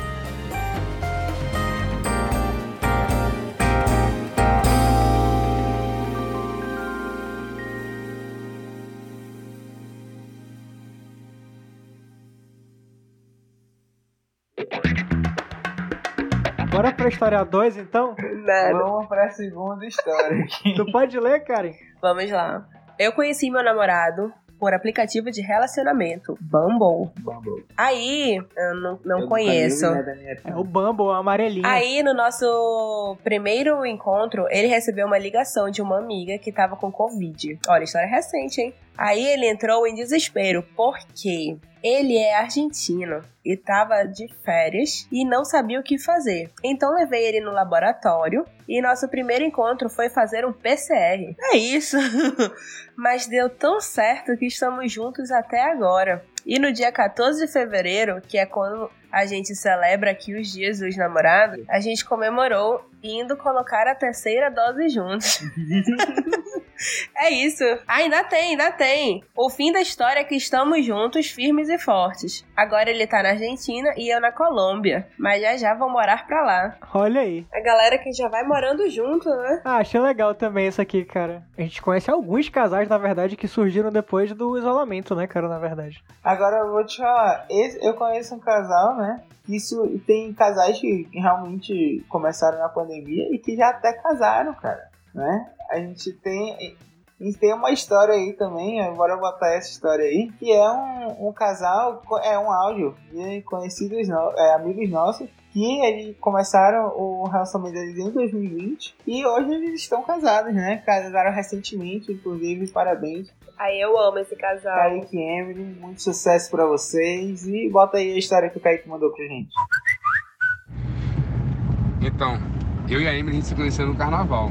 Bora pra história 2, então? Nada. Vamos pra segunda história aqui. Tu pode ler, Karen? Vamos lá. Eu conheci meu namorado por aplicativo de relacionamento, Bumble. Aí, eu não conheço. É o Bumble, o amarelinho. Aí, no nosso primeiro encontro, ele recebeu uma ligação de uma amiga que tava com Covid. Olha, história recente, hein? Aí ele entrou em desespero, porque ele é argentino e tava de férias e não sabia o que fazer. Então levei ele no laboratório e nosso primeiro encontro foi fazer um PCR. É isso! Mas deu tão certo que estamos juntos até agora. E no dia 14 de fevereiro, que é quando a gente celebra aqui os dias dos namorados, a gente comemorou indo colocar a 3ª dose juntos. É isso. Ainda tem. O fim da história é que estamos juntos, firmes e fortes. Agora ele tá na Argentina e eu na Colômbia. Mas já vou morar pra lá. Olha aí. A galera que já vai morando junto, né? Ah, achei legal também isso aqui, cara. A gente conhece alguns casais, na verdade, que surgiram depois do isolamento, né, cara, na verdade. Agora eu vou te falar. Eu conheço um casal, né? Isso tem casais que realmente começaram na pandemia e que já até casaram, cara. Né? A gente tem... E tem uma história aí também, bora botar essa história aí, que é um casal, é um áudio de conhecidos, amigos nossos, que eles começaram o relacionamento deles em 2020 e hoje eles estão casados, né? Casaram recentemente, inclusive, parabéns. Aí eu amo esse casal. Kaique e Emily, muito sucesso pra vocês. E bota aí a história que o Kaique mandou pra gente. Então, eu e a Emily a gente se conheceu no carnaval.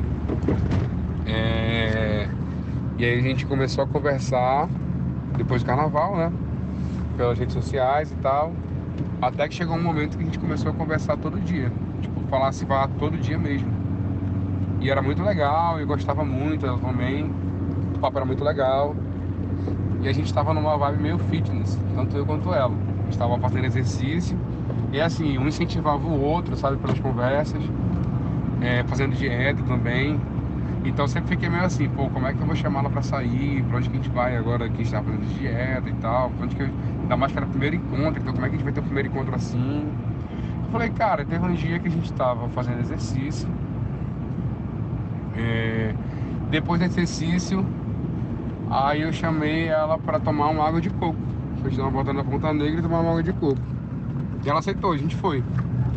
E aí a gente começou a conversar depois do carnaval, né? Pelas redes sociais e tal. Até que chegou um momento que a gente começou a conversar todo dia. Tipo, falar todo dia mesmo. E era muito legal, eu gostava muito, ela também. O papo era muito legal. E a gente tava numa vibe meio fitness, tanto eu quanto ela. A gente tava fazendo exercício. E assim, um incentivava o outro, sabe, pelas conversas. Fazendo dieta também. Então sempre fiquei meio assim, pô, como é que eu vou chamar ela pra sair? Pra onde que a gente vai agora que a gente tá fazendo dieta e tal? Ainda mais que era o primeiro encontro, então como é que a gente vai ter o primeiro encontro assim? Eu falei, cara, teve um dia que a gente tava fazendo exercício. Depois do exercício, aí eu chamei ela pra tomar uma água de coco. A gente dar uma volta na Ponta Negra e tomar uma água de coco. E ela aceitou, a gente foi.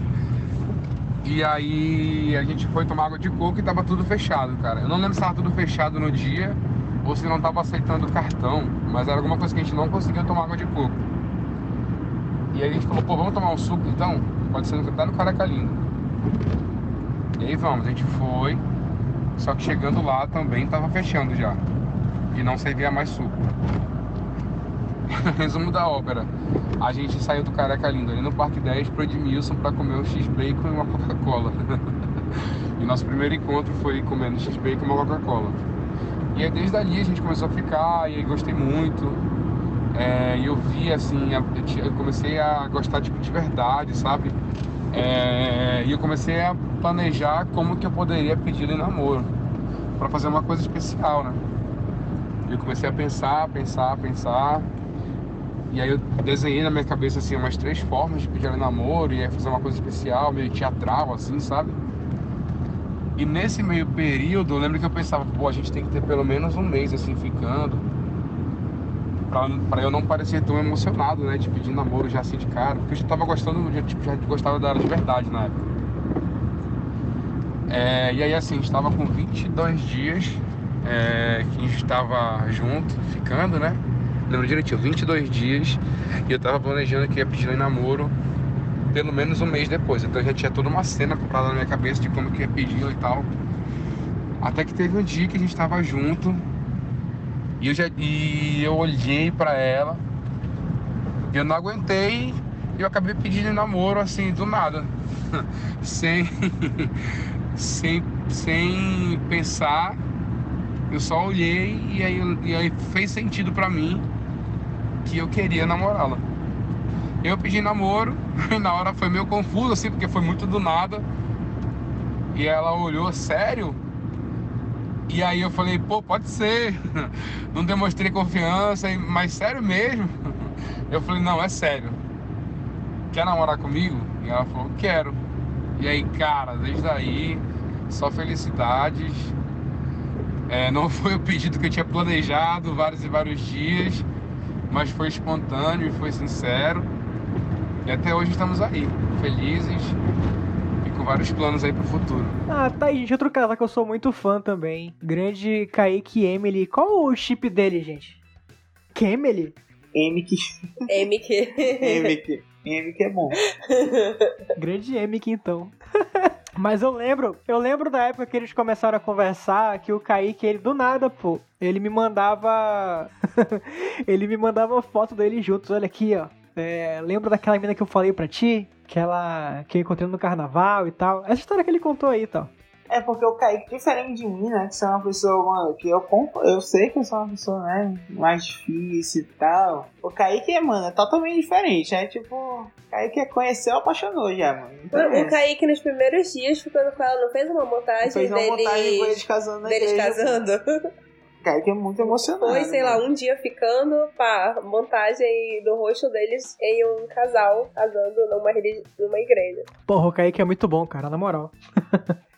E aí a gente foi tomar água de coco e tava tudo fechado, cara. Eu não lembro se tava tudo fechado no dia ou se não tava aceitando cartão, mas era alguma coisa que a gente não conseguia tomar água de coco. E aí a gente falou, pô, vamos tomar um suco então? Pode ser até no Careca Linda. E aí vamos, a gente foi, só que chegando lá também tava fechando já. E não servia mais suco. Resumo da ópera. A gente saiu do Careca Lindo ali no Parque 10 pro Edmilson pra comer um X-Bacon e uma Coca-Cola. E nosso primeiro encontro foi comendo X-Bacon e uma Coca-Cola. E aí desde ali a gente começou a ficar, e aí gostei muito. E eu vi assim, eu comecei a gostar tipo, de verdade, sabe? E eu comecei a planejar como que eu poderia pedir em namoro pra fazer uma coisa especial, né? Eu comecei a pensar. E aí eu desenhei na minha cabeça assim umas 3 formas de pedir ela em namoro e aí fazer uma coisa especial, meio teatral assim, sabe? E nesse meio período eu lembro que eu pensava, pô, a gente tem que ter pelo menos um mês assim ficando pra eu não parecer tão emocionado, né, de pedir namoro já assim de cara, porque eu já tava gostando, já gostava dela de verdade na época. E aí assim, a gente tava com 22 dias que a gente tava junto, ficando, né? Lembro direitinho, 22 dias. E eu tava planejando que ia pedir em namoro pelo menos um mês depois. Então eu já tinha toda uma cena comprada na minha cabeça de como que ia pedir e tal. Até que teve um dia que a gente tava junto e eu olhei pra ela e eu não aguentei e eu acabei pedindo em namoro assim, do nada. sem pensar. Eu só olhei e aí fez sentido pra mim que eu queria namorá-la. Eu pedi namoro e na hora foi meio confuso assim, porque foi muito do nada. E ela olhou, sério? E aí eu falei, pô, pode ser. Não demonstrei confiança, mas sério mesmo? Eu falei, não, é sério. Quer namorar comigo? E ela falou, quero. E aí, cara, desde aí, só felicidades. Não foi o pedido que eu tinha planejado vários e vários dias, mas foi espontâneo e foi sincero. E até hoje estamos aí, felizes e com vários planos aí pro futuro. Ah, tá aí, gente. Outro casal que eu sou muito fã também. Grande Kaique e Emily. Qual o chip dele, gente? Kemily? Emic é bom. Grande Emic, então. Mas eu lembro da época que eles começaram a conversar, que o Kaique, ele do nada, pô, ele me mandava foto deles juntos, olha aqui, ó. Lembra daquela mina que eu falei pra ti? Que eu encontrei no carnaval e tal? Essa história que ele contou aí e tal. É porque o Kaique, diferente de mim, né? Que sou uma pessoa, mano, que eu sei que eu sou uma pessoa, né? Mais difícil e tal. O Kaique, mano, é totalmente diferente. Tipo, o Kaique conheceu e apaixonou já, mano. Então, o Kaique, nos primeiros dias, ficando com ela, não fez uma montagem com eles casando na deles igreja, casando? O Kaique é muito emocionado. Foi, sei lá, um dia ficando, montagem do rosto deles em um casal casando numa igreja. Porra, o Kaique é muito bom, cara, na moral.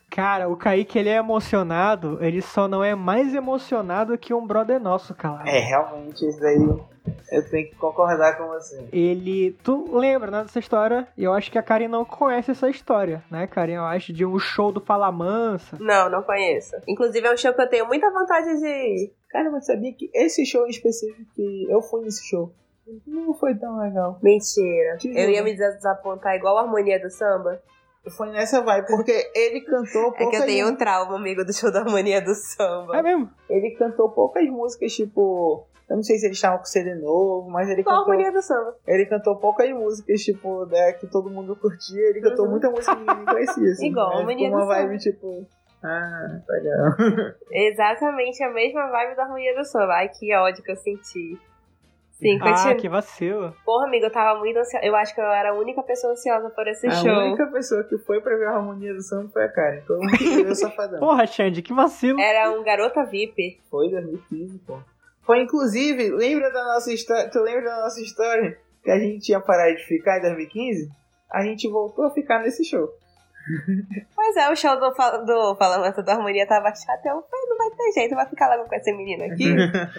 Cara, o Kaique, ele é emocionado, ele só não é mais emocionado que um brother nosso, cara. Realmente, isso daí eu tenho que concordar com você. Tu lembra, né, dessa história? E eu acho que a Karen não conhece essa história, né, Karen? Eu acho de um show do Fala Mansa. Não conheço. Inclusive é um show que eu tenho muita vontade de ir. Cara, você sabia que esse show em específico, que eu fui nesse show, não foi tão legal. Mentira. Juro. Eu ia me desapontar igual a Harmonia do Samba. Foi nessa vibe, porque ele cantou poucas É que eu tenho um trauma, amigo, do show da Harmonia do Samba. É mesmo? Ele cantou poucas músicas, tipo... Eu não sei se eles estavam com CD novo, mas ele Qual a cantou... Harmonia do Samba? Ele cantou poucas músicas, tipo, que todo mundo curtia. Ele cantou muita música que ninguém conhecia, assim. Igual a né? Harmonia Ficou do uma Samba. vibe, tipo... Ah, legal. Exatamente a mesma vibe da Harmonia do Samba. Ai, que ódio que eu senti. Sim, Ah, continua. que vacilo. Porra, amigo, eu tava muito ansiosa. Eu acho que eu era a única pessoa ansiosa por esse A show. única pessoa que foi pra ver a Harmonia do Samba foi a Karen. Todo mundo viu o Safadão. Porra, Xande, que vacilo. Era um garota VIP. Foi 2015, pô. Foi, inclusive, lembra da nossa história? Tu lembra da nossa história? Que a gente ia parar de ficar em 2015? A gente voltou a ficar nesse show. Pois é, o show do Fala Mansa da Harmonia tava chato. Eu falei, não vai ter jeito, vai ficar logo com esse menino aqui.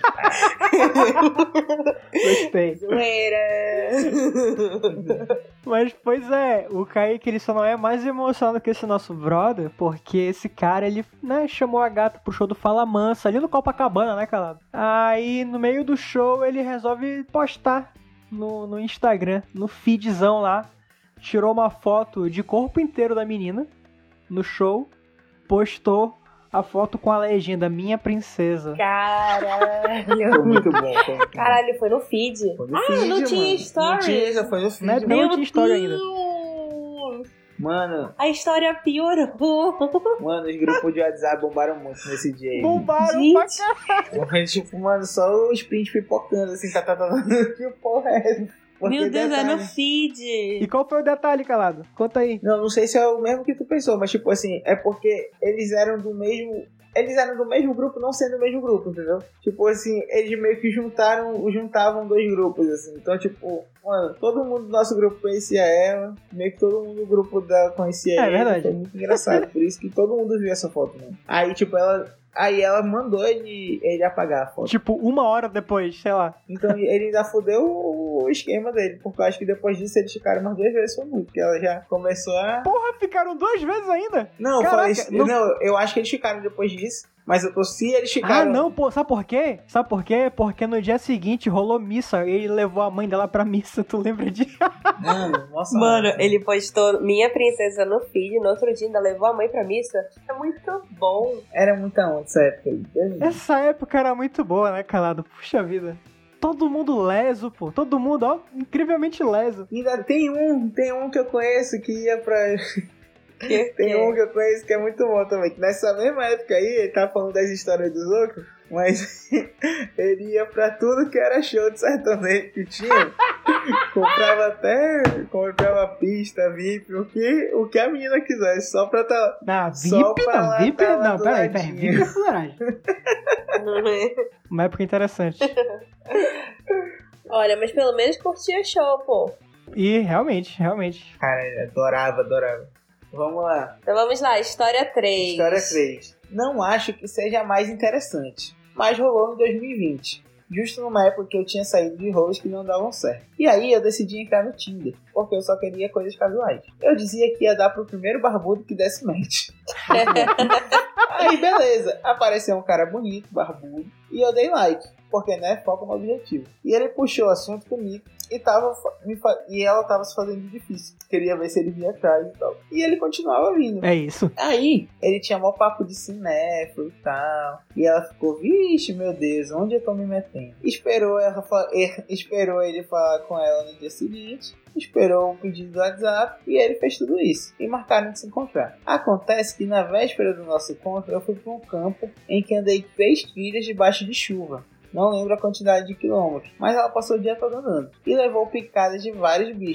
Gostei. Zoeira. Mas, pois é, o Kaique, ele só não é mais emocionado que esse nosso brother, porque esse cara, ele, né, chamou a gata pro show do Fala Mansa, ali no Copacabana, né, calado? Aí, no meio do show, ele resolve postar no Instagram, no feedzão lá, tirou uma foto de corpo inteiro da menina no show, postou a foto com a legenda Minha Princesa. Caralho. Foi muito bom. Foi muito bom. Caralho, foi no feed. Foi no feed, não tinha mano. story. Não tinha, já foi no feed. Não é mano. não tinha história ainda. Deus. Mano, A história piorou. mano, os grupos de WhatsApp bombaram muito nesse dia aí. Bombaram Gente. pra caralho. Mas, tipo, mano, só os prints pipocando, assim, tá. Que porra é essa? Porque Meu Deus, é no detalhe- feed. E qual foi o detalhe, calado? Conta aí. Não sei se é o mesmo que tu pensou, mas tipo assim, é porque eles eram do mesmo grupo, não sendo o mesmo grupo, entendeu? Tipo assim, eles meio que juntavam dois grupos, assim. Então, tipo, mano, todo mundo do nosso grupo conhecia ela, meio que todo mundo do grupo dela conhecia É ele. verdade. Foi muito engraçado, por isso que todo mundo viu essa foto, né? Aí, tipo, ela mandou ele apagar a foto. Tipo, 1 hora depois, sei lá. Então ele ainda fudeu o esquema dele, porque eu acho que depois disso eles ficaram umas 2 vezes, foi muito, porque ela já começou a... Porra, ficaram 2 vezes ainda? Não, Caraca, não, eu acho que eles ficaram depois disso, mas eu tô se eles Ah, ficaram... não, pô, sabe por quê? Sabe por quê? Porque no dia seguinte rolou missa e ele levou a mãe dela pra missa, tu lembra disso? Mano, nossa. Mano, ele postou Minha Princesa no feed, no outro dia ainda levou a mãe pra missa. É muito bom. Era muita onda essa época aí. Essa época era muito boa, né, calado? Puxa vida. Todo mundo leso, pô. Todo mundo, ó, incrivelmente leso. Ainda tem um que eu conheço que ia pra... Tem um que eu conheço que é muito bom também, que nessa mesma época aí, ele tava falando das histórias dos outros, mas ele ia pra tudo que era show de sertanejo que tinha. Comprava pista, VIP, o que a menina quisesse, só pra tá... Não, Só VIP pra não, lá VIP tá lá não, do peraí, ladinho. VIP é fuleiragem. Uma época interessante. Olha, mas pelo menos curtia show, pô. E realmente. Cara, eu adorava. Vamos lá. Então vamos lá, história 3. História 3. Não acho que seja a mais interessante, mas rolou em 2020. Justo numa época que eu tinha saído de rolos que não davam certo. E aí eu decidi entrar no Tinder, porque eu só queria coisas casuais. Eu dizia que ia dar pro primeiro barbudo que desse match. Aí beleza, apareceu um cara bonito, barbudo, e eu dei like, porque né, foco no objetivo. E ele puxou o assunto comigo e ela tava se fazendo difícil. Queria ver se ele vinha atrás e tal. E ele continuava vindo. É isso. Aí, ele tinha mó papo de cinéfilo e tal. E ela ficou, vixe, meu Deus, onde eu tô me metendo? Esperou ele falar com ela no dia seguinte. Esperou o pedido do WhatsApp e ele fez tudo isso. E marcaram de se encontrar. Acontece que na véspera do nosso encontro, eu fui para um campo em que andei 3 trilhas debaixo de chuva. Não lembro a quantidade de quilômetros, mas ela passou o dia todo andando. E levou picadas de vários bichos.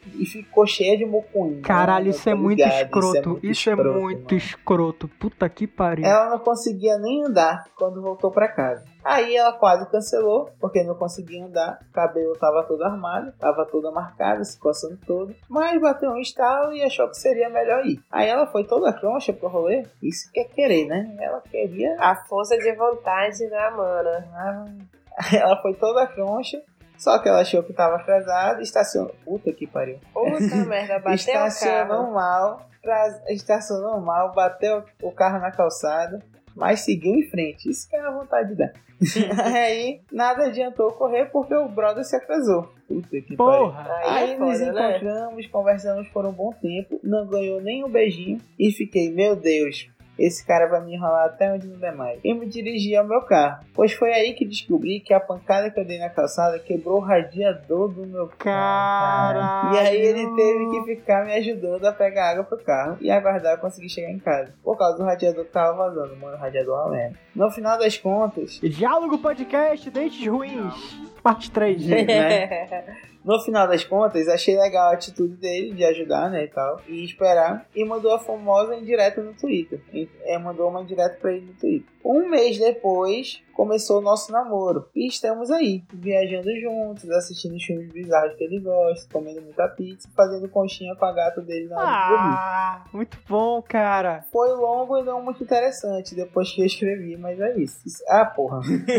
e ficou cheia de mucunha. Caralho, isso é muito escroto. Isso é muito mano. escroto. Puta que pariu. Ela não conseguia nem andar quando voltou pra casa. Aí ela quase cancelou, porque não conseguia andar. O cabelo tava todo armado, tava toda marcada, se coçando todo. Mas bateu um estalo e achou que seria melhor ir. Aí ela foi toda troncha pro rolê. Isso que é querer, né? Ela queria... A força de vontade da mana. Ela foi toda troncha. Só que ela achou que tava atrasada e estacionou... Puta que pariu. Puta merda, bateu o carro. Estacionou mal, bateu o carro na calçada, mas seguiu em frente. Isso que é a vontade de dar. Aí, nada adiantou correr porque o brother se atrasou. Puta que Porra! pariu. Aí nos encontramos, conversamos por um bom tempo, não ganhou nem um beijinho e fiquei, meu Deus... Esse cara vai me enrolar até onde não der mais. Eu me dirigi ao meu carro, pois foi aí que descobri que a pancada que eu dei na calçada quebrou o radiador do meu carro. Caralho. E aí ele teve que ficar me ajudando a pegar água pro carro e aguardar eu conseguir chegar em casa. Por causa do radiador que tava vazando. Mano, o radiador é uma merda. No final das contas... Diálogo Podcast, Dentes Ruins, parte 3. né? No final das contas, achei legal a atitude dele de ajudar, né, e tal, e esperar, e mandou a famosa indireta no Twitter. Mandou uma indireta pra ele no Twitter. Um mês depois, começou o nosso namoro. E estamos aí, viajando juntos, assistindo os filmes bizarros que ele gosta, comendo muita pizza, fazendo conchinha com a gata dele na hora de dormir. Muito bom, cara. Foi longo e não muito interessante depois que eu escrevi, mas é isso. Porra.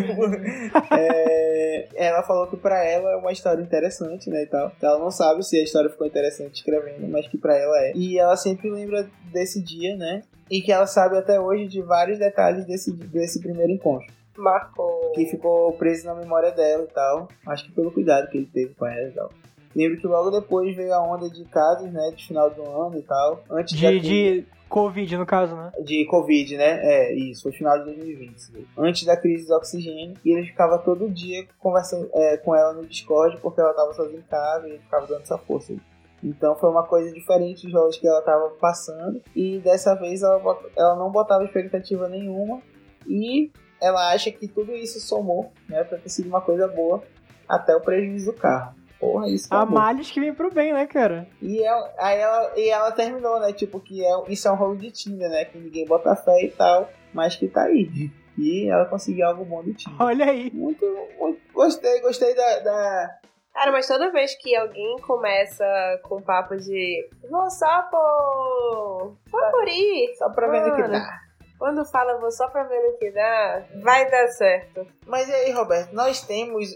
Ela falou que pra ela é uma história interessante, né, e tal. Então ela não sabe se a história ficou interessante escrevendo, mas que pra ela é. E ela sempre lembra desse dia, né, e que ela sabe até hoje de vários detalhes desse primeiro encontro. Marcou. Que ficou preso na memória dela e tal. Acho que pelo cuidado que ele teve com ela e tal. Lembro que logo depois veio a onda de casos, né, de final do ano e tal. Antes de Covid, no caso, né? De Covid, né? Isso, foi final de 2020. Antes da crise do oxigênio. E ele ficava todo dia conversando com ela no Discord, porque ela tava sozinha em casa e ele ficava dando essa força. Então foi uma coisa diferente dos jogos que ela tava passando. E dessa vez ela não botava expectativa nenhuma. E ela acha que tudo isso somou, né, pra ter sido uma coisa boa, até o prejuízo do carro. Porra, isso a males que vem pro bem, né, cara? E ela terminou, né? Tipo, que isso é um rolo de Tinder, né? Que ninguém bota fé e tal, mas que tá aí. E ela conseguiu algo bom do Tinder. Olha aí. Muito gostei da... Cara, mas toda vez que alguém começa com papo de vou só por ir. Só pra ver no que dá. Quando fala vou só pra ver no que dá, vai dar certo. Mas e aí, Roberto, nós temos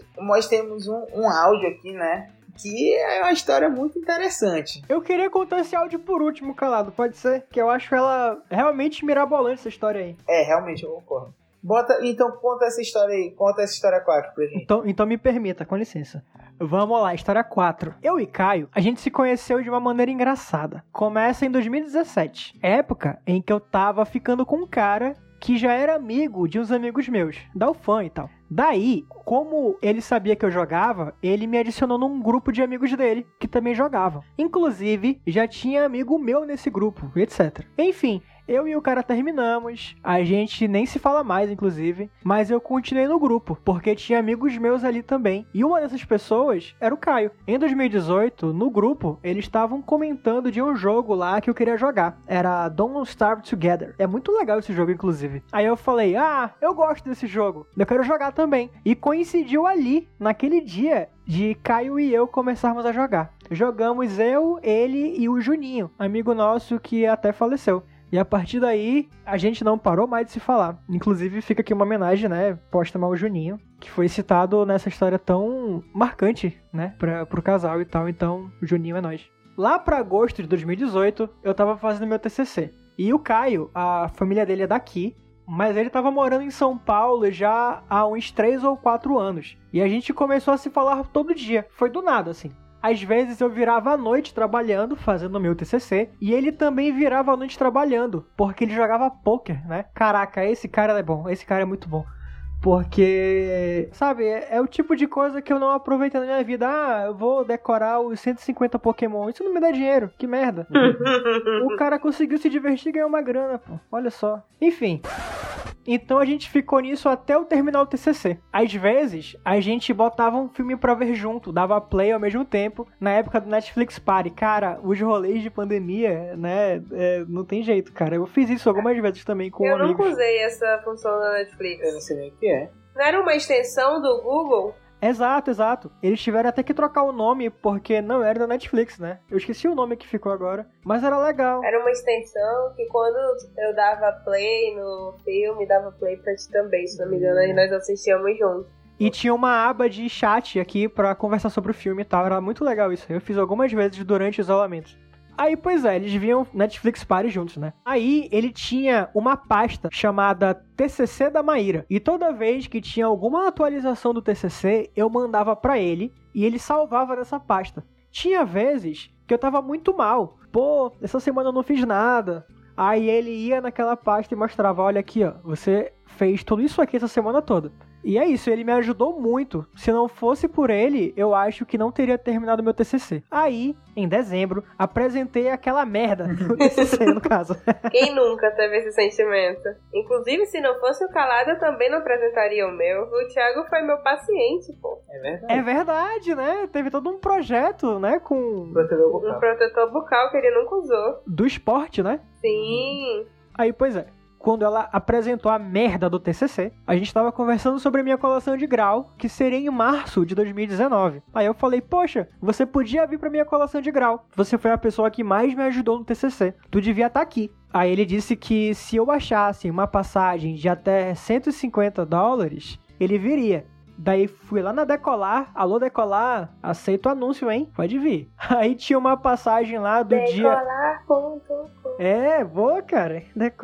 um áudio aqui, né? Que é uma história muito interessante. Eu queria contar esse áudio por último, Calado, pode ser? Que eu acho ela realmente mirabolante, essa história aí. Realmente, eu concordo. Então conta essa história aí, conta essa história 4 pra gente. Então me permita, com licença. Vamos lá, história 4. Eu e Caio, a gente se conheceu de uma maneira engraçada. Começa em 2017, época em que eu tava ficando com um cara que já era amigo de uns amigos meus, da UFAM e tal. Daí, como ele sabia que eu jogava, ele me adicionou num grupo de amigos dele, que também jogavam. Inclusive, já tinha amigo meu nesse grupo, etc. Enfim, eu e o cara terminamos, a gente nem se fala mais, inclusive, mas eu continuei no grupo, porque tinha amigos meus ali também. E uma dessas pessoas era o Caio. Em 2018, no grupo, eles estavam comentando de um jogo lá que eu queria jogar. Era Don't Starve Together. É muito legal esse jogo, inclusive. Aí eu falei, eu gosto desse jogo, eu quero jogar também. E coincidiu ali, naquele dia, de Caio e eu começarmos a jogar. Jogamos eu, ele e o Juninho, amigo nosso que até faleceu. E a partir daí, a gente não parou mais de se falar. Inclusive, fica aqui uma homenagem, né, póstuma ao Juninho, que foi citado nessa história tão marcante, né, pro casal e tal. Então, o Juninho é nós. Lá pra agosto de 2018, eu tava fazendo meu TCC. E o Caio, a família dele é daqui, mas ele tava morando em São Paulo já há uns 3 ou 4 anos. E a gente começou a se falar todo dia. Foi do nada, assim. Às vezes eu virava à noite trabalhando, fazendo o meu TCC, e ele também virava à noite trabalhando, porque ele jogava pôquer, né? Caraca, esse cara é bom, esse cara é muito bom. Porque, sabe, é o tipo de coisa que eu não aproveitei na minha vida. Eu vou decorar os 150 Pokémon, isso não me dá dinheiro, que merda. O cara conseguiu se divertir e ganhar uma grana, pô, olha só. Enfim, Então a gente ficou nisso até eu terminar o TCC. Às vezes, a gente botava um filme pra ver junto, dava play ao mesmo tempo, na época do Netflix Party. Cara, os rolês de pandemia, né, não tem jeito, cara. Eu fiz isso algumas vezes também com amigos. Eu nunca usei essa função da Netflix. Eu não sei nem o que é. Não era uma extensão do Google? Exato. Eles tiveram até que trocar o nome, porque não era da Netflix, né? Eu esqueci o nome que ficou agora, mas era legal. Era uma extensão que quando eu dava play no filme, dava play pra ti também, se não me engano, e nós assistíamos juntos. E tinha uma aba de chat aqui pra conversar sobre o filme e tal, era muito legal isso. Eu fiz algumas vezes durante o isolamento. Aí, pois é, eles viam Netflix Party juntos, né? Aí, ele tinha uma pasta chamada TCC da Maíra. E toda vez que tinha alguma atualização do TCC, eu mandava pra ele e ele salvava nessa pasta. Tinha vezes que eu tava muito mal. Pô, essa semana eu não fiz nada. Aí ele ia naquela pasta e mostrava, olha aqui, ó, você fez tudo isso aqui essa semana toda. E é isso, ele me ajudou muito. Se não fosse por ele, eu acho que não teria terminado meu TCC. Aí, em dezembro, apresentei aquela merda do TCC, no caso. Quem nunca teve esse sentimento? Inclusive, se não fosse o Calado, eu também não apresentaria o meu. O Thiago foi meu paciente, pô. É verdade. É verdade, né? Teve todo um projeto, né, com... Um protetor bucal que ele nunca usou. do esporte, né? Sim. Aí, pois é. Quando ela apresentou a merda do TCC, a gente tava conversando sobre a minha colação de grau, que seria em março de 2019. Aí eu falei, poxa, você podia vir pra minha colação de grau. Você foi a pessoa que mais me ajudou no TCC. Tu devia estar aqui. Aí ele disse que se eu achasse uma passagem de até $150, ele viria. Daí fui lá na Decolar. Alô, Decolar, aceito o anúncio, hein? Pode vir. Aí tinha uma passagem lá do dia... Decolar.com. Vou, cara.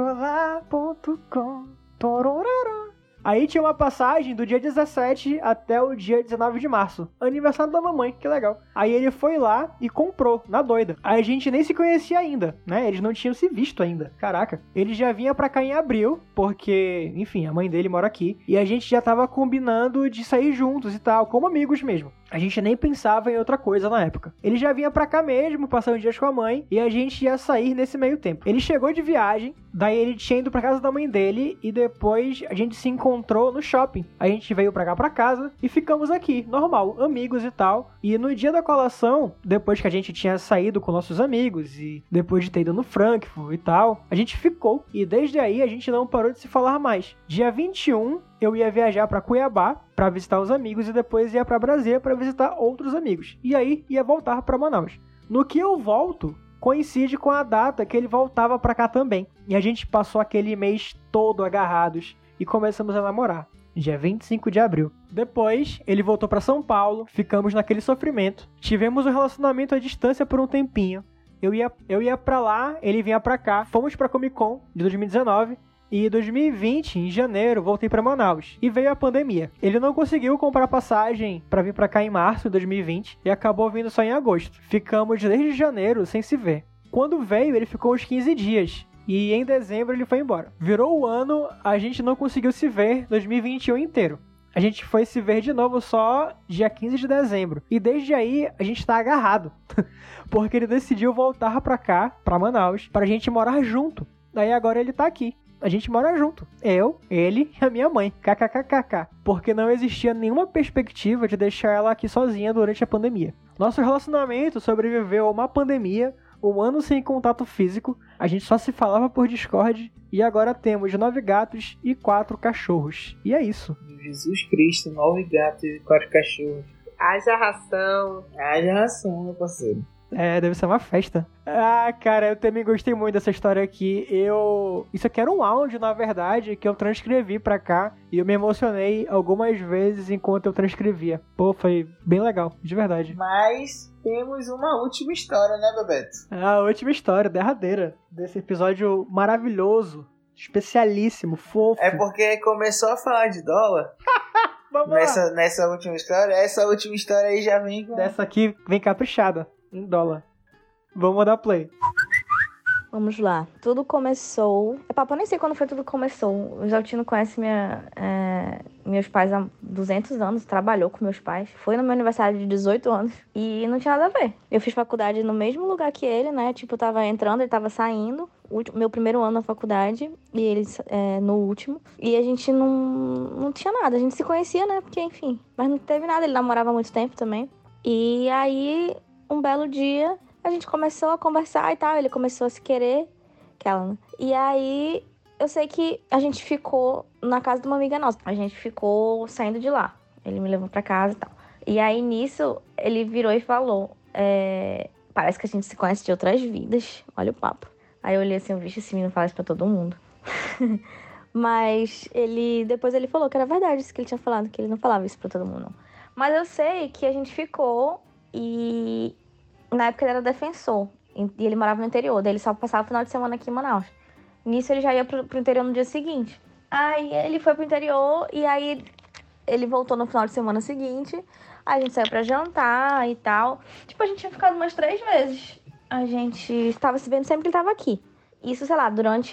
Decolar.com. Torororó. Aí tinha uma passagem do dia 17 até o dia 19 de março. Aniversário da mamãe, que legal. Aí ele foi lá e comprou, na doida. Aí a gente nem se conhecia ainda, né? Eles não tinham se visto ainda. Caraca. Ele já vinha pra cá em abril, porque, enfim, a mãe dele mora aqui. E a gente já tava combinando de sair juntos e tal, como amigos mesmo. A gente nem pensava em outra coisa na época. Ele já vinha pra cá mesmo, passar uns dias com a mãe, e a gente ia sair nesse meio tempo. Ele chegou de viagem, daí ele tinha ido pra casa da mãe dele, e depois a gente se encontrou no shopping. A gente veio pra cá pra casa, e ficamos aqui, normal, amigos e tal. E no dia da colação, depois que a gente tinha saído com nossos amigos, e depois de ter ido no Frankfurt e tal, a gente ficou. E desde aí a gente não parou de se falar mais. Dia 21... eu ia viajar para Cuiabá para visitar os amigos e depois ia para Brasília para visitar outros amigos. E aí ia voltar para Manaus. No que eu volto, coincide com a data que ele voltava para cá também. E a gente passou aquele mês todo agarrados e começamos a namorar. Dia 25 de abril. Depois, ele voltou para São Paulo, ficamos naquele sofrimento. Tivemos um relacionamento à distância por um tempinho. Eu ia para lá, ele vinha para cá. Fomos para Comic Con de 2019. E em 2020, em janeiro, voltei para Manaus. E veio a pandemia. Ele não conseguiu comprar passagem para vir para cá em março de 2020 e acabou vindo só em agosto. Ficamos desde janeiro sem se ver. Quando veio, ele ficou uns 15 dias. E em dezembro ele foi embora. Virou o ano, a gente não conseguiu se ver 2021 inteiro. A gente foi se ver de novo só dia 15 de dezembro. E desde aí, a gente tá agarrado. Porque ele decidiu voltar pra cá, pra Manaus, pra gente morar junto. Daí agora ele tá aqui. A gente mora junto. Eu, ele e a minha mãe. KKKKK. Porque não existia nenhuma perspectiva de deixar ela aqui sozinha durante a pandemia. Nosso relacionamento sobreviveu a uma pandemia, um ano sem contato físico, a gente só se falava por Discord e agora temos 9 gatos e 4 cachorros. E é isso. Jesus Cristo, 9 gatos e 4 cachorros. Haja ração. Haja ração, meu parceiro. É, deve ser uma festa. Ah, cara, eu também gostei muito dessa história aqui. Isso aqui era um áudio, na verdade, que eu transcrevi pra cá. E eu me emocionei algumas vezes enquanto eu transcrevia. Pô, foi bem legal, de verdade. Mas temos uma última história, né, Bebeto? A última história, derradeira, desse episódio maravilhoso, especialíssimo, fofo. É porque começou a falar de dólar. nessa última história. Essa última história aí já vem com... Dessa aqui vem caprichada. Em dólar. Vamos dar play. Vamos lá. Tudo começou... eu nem sei quando foi tudo começou. O Jaltino conhece meus pais há 200 anos. Trabalhou com meus pais. Foi no meu aniversário de 18 anos. E não tinha nada a ver. Eu fiz faculdade no mesmo lugar que ele, né? Tipo, eu tava entrando, ele tava saindo. meu primeiro ano na faculdade, e ele no último. E a gente não tinha nada, a gente se conhecia, né? Porque, enfim, mas não teve nada, ele namorava há muito tempo também. E aí, um belo dia, a gente começou a conversar e tal, ele começou a se querer, né? E aí, eu sei que a gente ficou na casa de uma amiga nossa, a gente ficou saindo de lá, ele me levou pra casa e tal. E aí, nisso, ele virou e falou, parece que a gente se conhece de outras vidas, olha o papo. Aí eu olhei assim, vixe, esse menino fala isso pra todo mundo. Mas depois ele falou que era verdade isso que ele tinha falado, que ele não falava isso pra todo mundo, não. Mas eu sei que a gente ficou e na época ele era defensor. E ele morava no interior, daí ele só passava o final de semana aqui em Manaus. Nisso ele já ia pro interior no dia seguinte. Aí ele foi pro interior e aí ele voltou no final de semana seguinte. Aí a gente saiu pra jantar e tal. Tipo, a gente tinha ficado umas 3 vezes. A gente estava se vendo sempre que ele tava aqui. Isso, sei lá,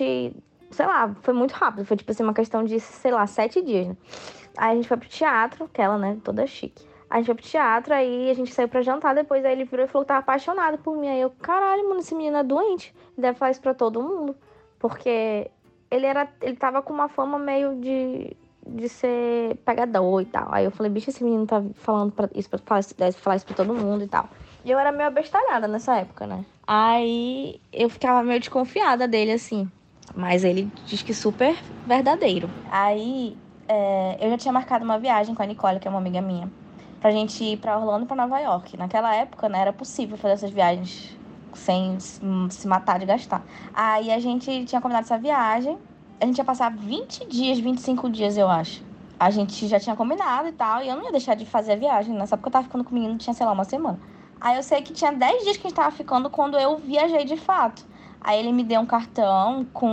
foi muito rápido. Foi tipo assim, uma questão de, 7 dias, né? Aí a gente foi pro teatro, aquela, né, toda chique. A gente foi pro teatro, aí a gente saiu pra jantar, depois aí ele virou e falou que tava apaixonado por mim. Aí eu, caralho, mano, esse menino é doente. Ele deve falar isso pra todo mundo. Porque ele tava com uma fama meio de ser pegador e tal. Aí eu falei, bicho, esse menino tá falando falar isso pra todo mundo e tal. E eu era meio abestalhada nessa época, né? Aí eu ficava meio desconfiada dele, assim. Mas ele diz que super verdadeiro. Aí eu já tinha marcado uma viagem com a Nicole, que é uma amiga minha, pra gente ir pra Orlando e pra Nova York. Naquela época, né, era possível fazer essas viagens sem se matar de gastar. Aí a gente tinha combinado essa viagem. A gente ia passar 20 dias, 25 dias, eu acho. A gente já tinha combinado e tal, e eu não ia deixar de fazer a viagem, né? Só porque eu tava ficando com o menino, tinha, sei lá, uma semana. Aí eu sei que tinha 10 dias que a gente tava ficando quando eu viajei de fato. Aí ele me deu um cartão com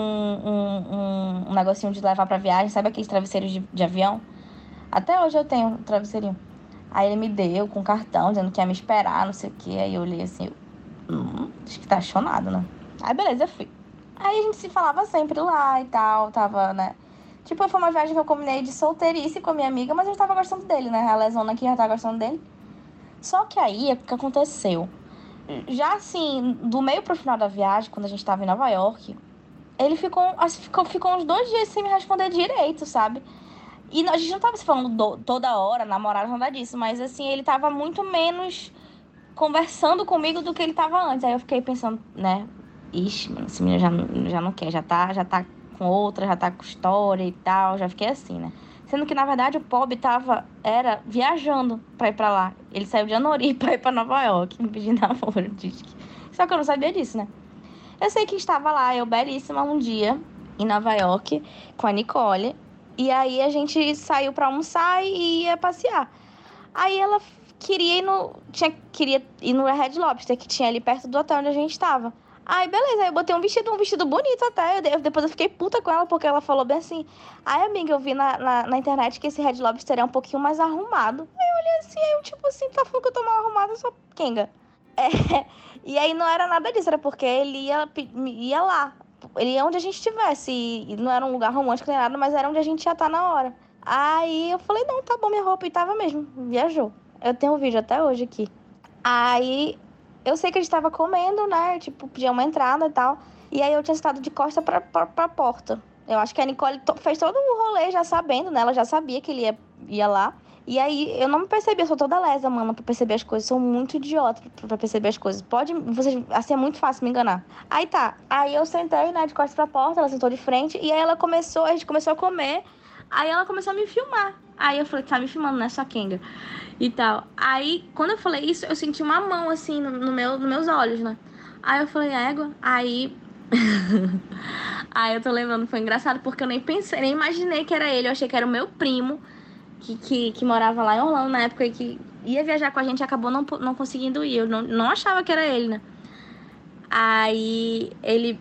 um negocinho de levar pra viagem, sabe aqueles travesseiros de avião? Até hoje eu tenho um travesseirinho. Aí ele me deu com um cartão, dizendo que ia me esperar, não sei o quê. Aí eu olhei assim, acho que tá chonado, né? Aí beleza, eu fui. Aí a gente se falava sempre lá e tal, tava, né? Tipo, foi uma viagem que eu combinei de solteirice com a minha amiga, mas eu já tava gostando dele, né? A Lesona aqui já tava gostando dele. Só que aí, o que aconteceu? Já assim, do meio pro final da viagem, quando a gente tava em Nova York, ele ficou uns 2 dias sem me responder direito, sabe? E a gente não tava se falando toda hora, namorado, nada disso, mas assim, ele tava muito menos conversando comigo do que ele tava antes. Aí eu fiquei pensando, né? Ixi, mano, esse menino já não quer, já tá com outra, já tá com história e tal. Já fiquei assim, né? Sendo que, na verdade, o Pob era viajando pra ir pra lá. Ele saiu de Anori pra ir pra Nova York, me pedindo namoro. Só que eu não sabia disso, né? Eu sei que estava lá, eu belíssima, um dia, em Nova York, com a Nicole. E aí a gente saiu pra almoçar e ia passear. Aí ela queria ir no Red Lobster, que tinha ali perto do hotel onde a gente estava. Aí, beleza, aí eu botei um vestido bonito até. Depois eu fiquei puta com ela, porque ela falou bem assim, ai, amiga, eu vi na internet que esse Red Lobster é um pouquinho mais arrumado. Aí eu olhei assim, eu tipo assim, tá falando que eu tô mal arrumada, eu sou Kenga. E aí não era nada disso, era porque ele ia lá. Ele ia onde a gente estivesse, e não era um lugar romântico nem nada, mas era onde a gente ia estar na hora. Aí eu falei, não, tá bom, minha roupa, e tava mesmo, viajou. Eu tenho um vídeo até hoje aqui. Aí eu sei que a gente tava comendo, né? Tipo, pedia uma entrada e tal. E aí eu tinha estado de costa pra porta. Eu acho que a Nicole fez todo um rolê já sabendo, né? Ela já sabia que ele ia lá. E aí eu não me percebi, eu sou toda lesa, mano, pra perceber as coisas. Sou muito idiota pra perceber as coisas. Assim, é muito fácil me enganar. Aí tá. Aí eu sentei, né, de costas pra porta, ela sentou de frente. E aí a gente começou a comer. Aí ela começou a me filmar. Aí eu falei, tá me filmando, né, sua Kenga? E tal. Aí, quando eu falei isso, eu senti uma mão, assim, nos meus olhos, né? Aí eu falei, égua. Aí... Aí eu tô lembrando, foi engraçado, porque eu nem imaginei que era ele. Eu achei que era o meu primo, que morava lá em Orlando na época, e que ia viajar com a gente e acabou não conseguindo ir. Eu não achava que era ele, né? Aí ele...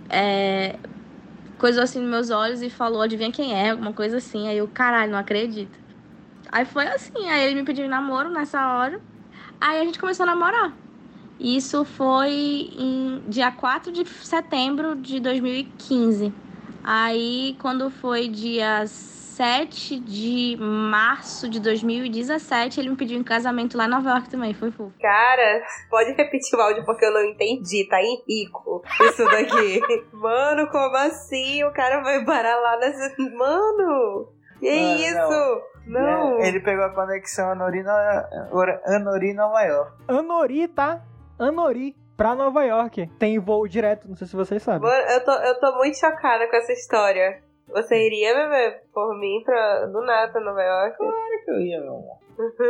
coisou assim nos meus olhos e falou, adivinha quem é, alguma coisa assim. Aí eu, caralho, não acredito. Aí foi assim, aí ele me pediu namoro nessa hora. Aí a gente começou a namorar. Isso foi em dia 4 de setembro de 2015. Aí quando foi dia 7 de março de 2017, ele me pediu em casamento lá em Nova York também, foi fofo. Cara, pode repetir o áudio porque eu não entendi, tá em rico isso daqui. Mano, como assim? O cara vai parar lá nessa... Mano, que isso? Não. Ele pegou a conexão Anori, Nova York. Anori, tá? Anori, pra Nova York. Tem voo direto, não sei se vocês sabem. Mano, eu tô muito chocada com essa história. Você iria, bebê, por mim, do nada pra Nova York? Claro que eu ia, meu amor.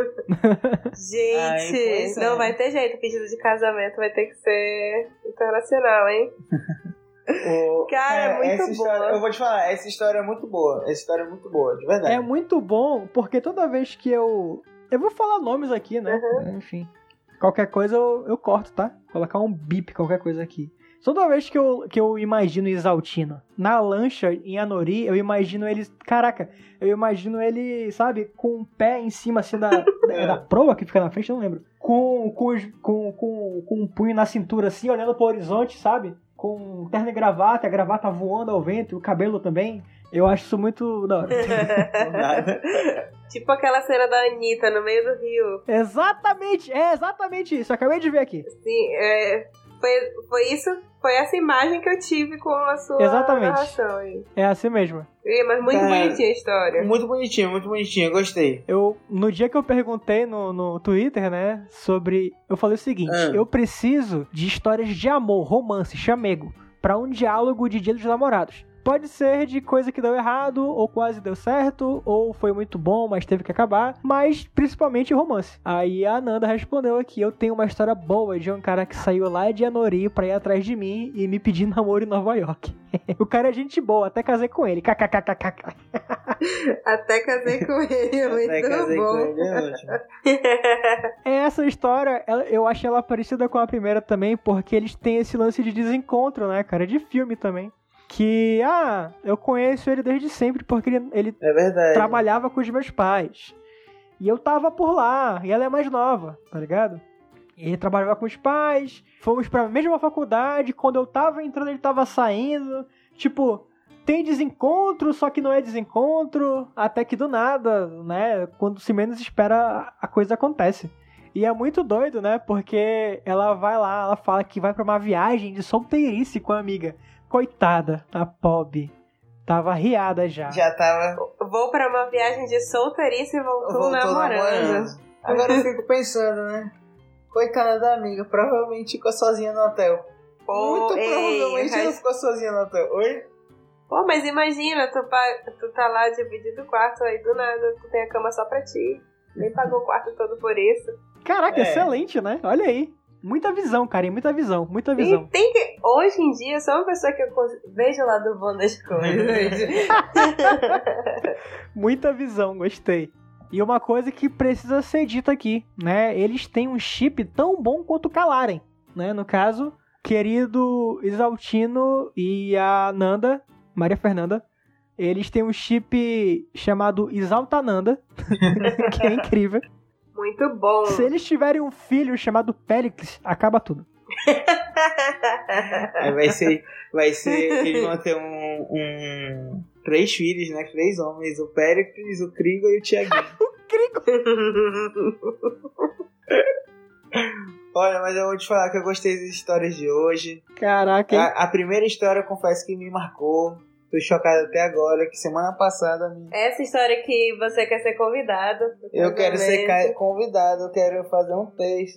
Gente, não vai ter jeito. O pedido de casamento vai ter que ser internacional, hein? Cara, é muito história, eu vou te falar, essa história é muito boa. Essa história é muito boa, de verdade. É muito bom, porque toda vez que eu vou falar nomes aqui, né? Enfim. Qualquer coisa eu corto, tá? Colocar um bip, qualquer coisa aqui. Toda vez que eu imagino Isaltino na lancha em Anori, eu imagino ele... Caraca, eu imagino ele, sabe, com o pé em cima, assim, da proa que fica na frente, eu não lembro. Com um punho na cintura, assim, olhando pro horizonte, sabe? Com terno e gravata, a gravata voando ao vento, o cabelo também. Eu acho isso muito da hora. Tipo aquela cena da Anitta no meio do rio. Exatamente, é exatamente isso. Eu acabei de ver aqui. Sim, foi isso, foi essa imagem que eu tive com a sua narração aí. É assim mesmo. Mas muito bonitinha a história. Muito bonitinha, gostei. No dia que eu perguntei no Twitter, né, eu falei o seguinte, eu preciso de histórias de amor, romance, chamego, pra um diálogo de Dia dos Namorados. Pode ser de coisa que deu errado, ou quase deu certo, ou foi muito bom, mas teve que acabar, mas principalmente romance. Aí a Ananda respondeu aqui, eu tenho uma história boa de um cara que saiu lá de Anori pra ir atrás de mim e me pedir namoro em Nova York. O cara é gente boa, até casei com ele, kkkk. Até casei com ele, muito bom. Essa história, eu achei ela parecida com a primeira também, porque eles têm esse lance de desencontro, né, cara, de filme também. Que, eu conheço ele desde sempre porque ele trabalhava com os meus pais. E eu tava por lá, e ela é mais nova, tá ligado? E ele trabalhava com os pais, fomos pra mesma faculdade, quando eu tava entrando ele tava saindo. Tipo, tem desencontro, só que não é desencontro, até que do nada, né? Quando se menos espera, a coisa acontece. E é muito doido, né? Porque ela vai lá, ela fala que vai pra uma viagem de solteirice com a amiga. Coitada, a pobre. Tava riada já. Já tava... Vou pra uma viagem de solteirice e voltou namorando. Agora eu fico pensando, né? Coitada da amiga, provavelmente ficou sozinha no hotel. Muito provavelmente ela ficou sozinha no hotel. Oi? Pô, mas imagina, tu tá lá dividindo o quarto, aí do nada tu tem a cama só pra ti. Nem pagou o quarto todo por isso. Caraca, excelente, né? Olha aí. Muita visão, Karen, muita visão. E tem que... Hoje em dia, eu sou uma pessoa que eu vejo o lado bom das coisas. Muita visão, gostei. E uma coisa que precisa ser dita aqui, né? Eles têm um chip tão bom quanto o Kalaren, né? No caso, querido Isaltino e a Nanda, Maria Fernanda, eles têm um chip chamado Isaltananda, que é incrível. Muito bom. Se eles tiverem um filho chamado Péricles, acaba tudo. Vai ser eles vão ter 3 filhos, né? 3 homens, o Péricles, o Krigo e o Tiaguinho. O Krigo! Olha, mas eu vou te falar que eu gostei das histórias de hoje. Caraca, hein? A primeira história, eu confesso que me marcou. Tô chocado até agora, que semana passada... Essa história que você quer ser convidado. Eu quero ser convidado, eu quero fazer um texto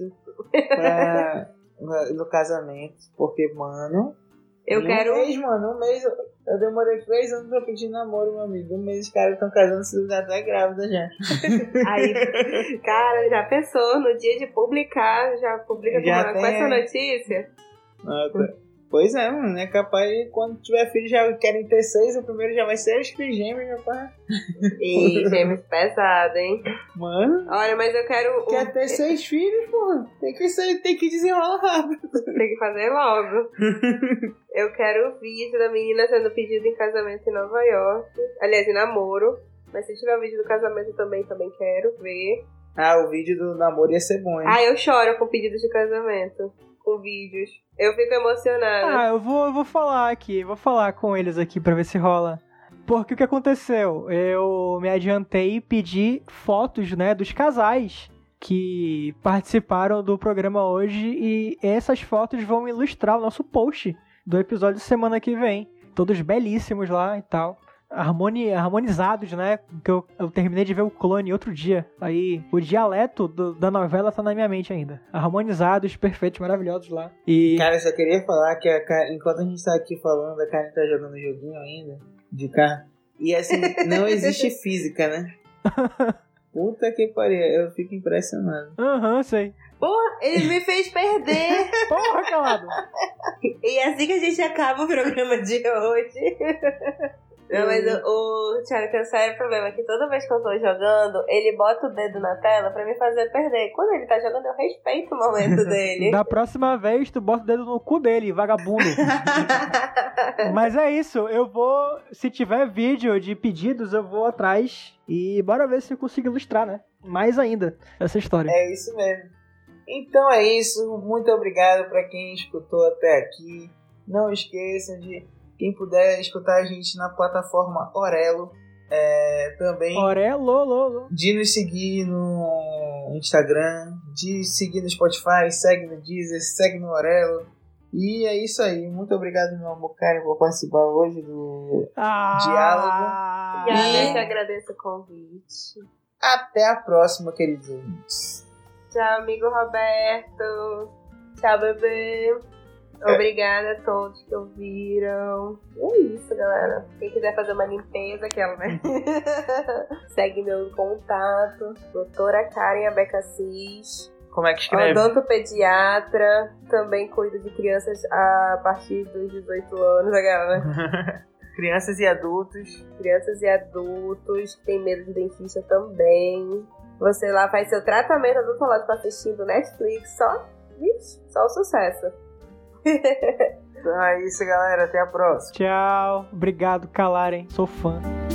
no casamento. Porque, mano... Um mês, eu demorei 3 anos pra pedir namoro, meu amigo. Um mês os caras estão casando, se duvidar até grávida já. Aí, cara, já pensou, no dia de publicar, já publica com essa notícia? Pois é, mano, é capaz de quando tiver filho já querem ter 6, o primeiro já vai ser os trigêmeos, meu pai. Ih, gêmeos pesado, hein? Mano. Olha, mas eu quero... Quer ter 6 filhos, pô? Tem que desenrolar rápido. Tem que fazer logo. Eu quero o vídeo da menina sendo pedida em casamento em Nova York. Aliás, em namoro. Mas se tiver o vídeo do casamento também quero ver. O vídeo do namoro ia ser bom, hein? Eu choro com pedidos de casamento. Com vídeos. Eu fico emocionada. Eu vou falar aqui. Vou falar com eles aqui pra ver se rola. Porque o que aconteceu? Eu me adiantei e pedi fotos, né, dos casais que participaram do programa hoje e essas fotos vão ilustrar o nosso post do episódio semana que vem. Todos belíssimos lá e tal. Harmonizados, né? Que eu terminei de ver o Clone outro dia. Aí o dialeto da novela tá na minha mente ainda. Harmonizados, perfeitos, maravilhosos lá. E... Cara, eu só queria falar que enquanto a gente tá aqui falando, a Karen tá jogando joguinho ainda de carro. E assim, não existe física, né? Puta que pariu, eu fico impressionado. Aham, sei. Porra, ele me fez perder. Porra, calado. E é assim que a gente acaba o programa de hoje. Não, mas o Thiago tem um sério problema, que toda vez que eu tô jogando, ele bota o dedo na tela pra me fazer perder. Quando ele tá jogando, eu respeito o momento dele. Da próxima vez, tu bota o dedo no cu dele, vagabundo. Mas é isso, eu vou... Se tiver vídeo de pedidos, eu vou atrás e bora ver se eu consigo ilustrar, né? Mais ainda, essa história. É isso mesmo. Então é isso, muito obrigado pra quem escutou até aqui. Não esqueçam de... Quem puder escutar a gente na plataforma Orelo, também Orelo, de nos seguir no Instagram, de seguir no Spotify, segue no Deezer, segue no Orelo. E é isso aí. Muito obrigado, meu amor Karen, por participar hoje do diálogo. Obrigada, eu que agradeço o convite. Até a próxima, queridos ouvintes. Tchau, amigo Roberto. Tchau, bebê. Obrigada a todos que ouviram. E é isso, galera. Quem quiser fazer uma limpeza, aquela, né? Segue meu contato. Doutora Karen Abecassis. Como é que escreve? Odontopediatra. Também cuido de crianças a partir dos 18 anos, aquela, né? Crianças e adultos. Crianças e adultos que tem medo de dentista também. Você lá faz seu tratamento odontológico assistindo Netflix. Só o sucesso. Então é isso, galera. Até a próxima. Tchau. Obrigado, Calarem. Sou fã.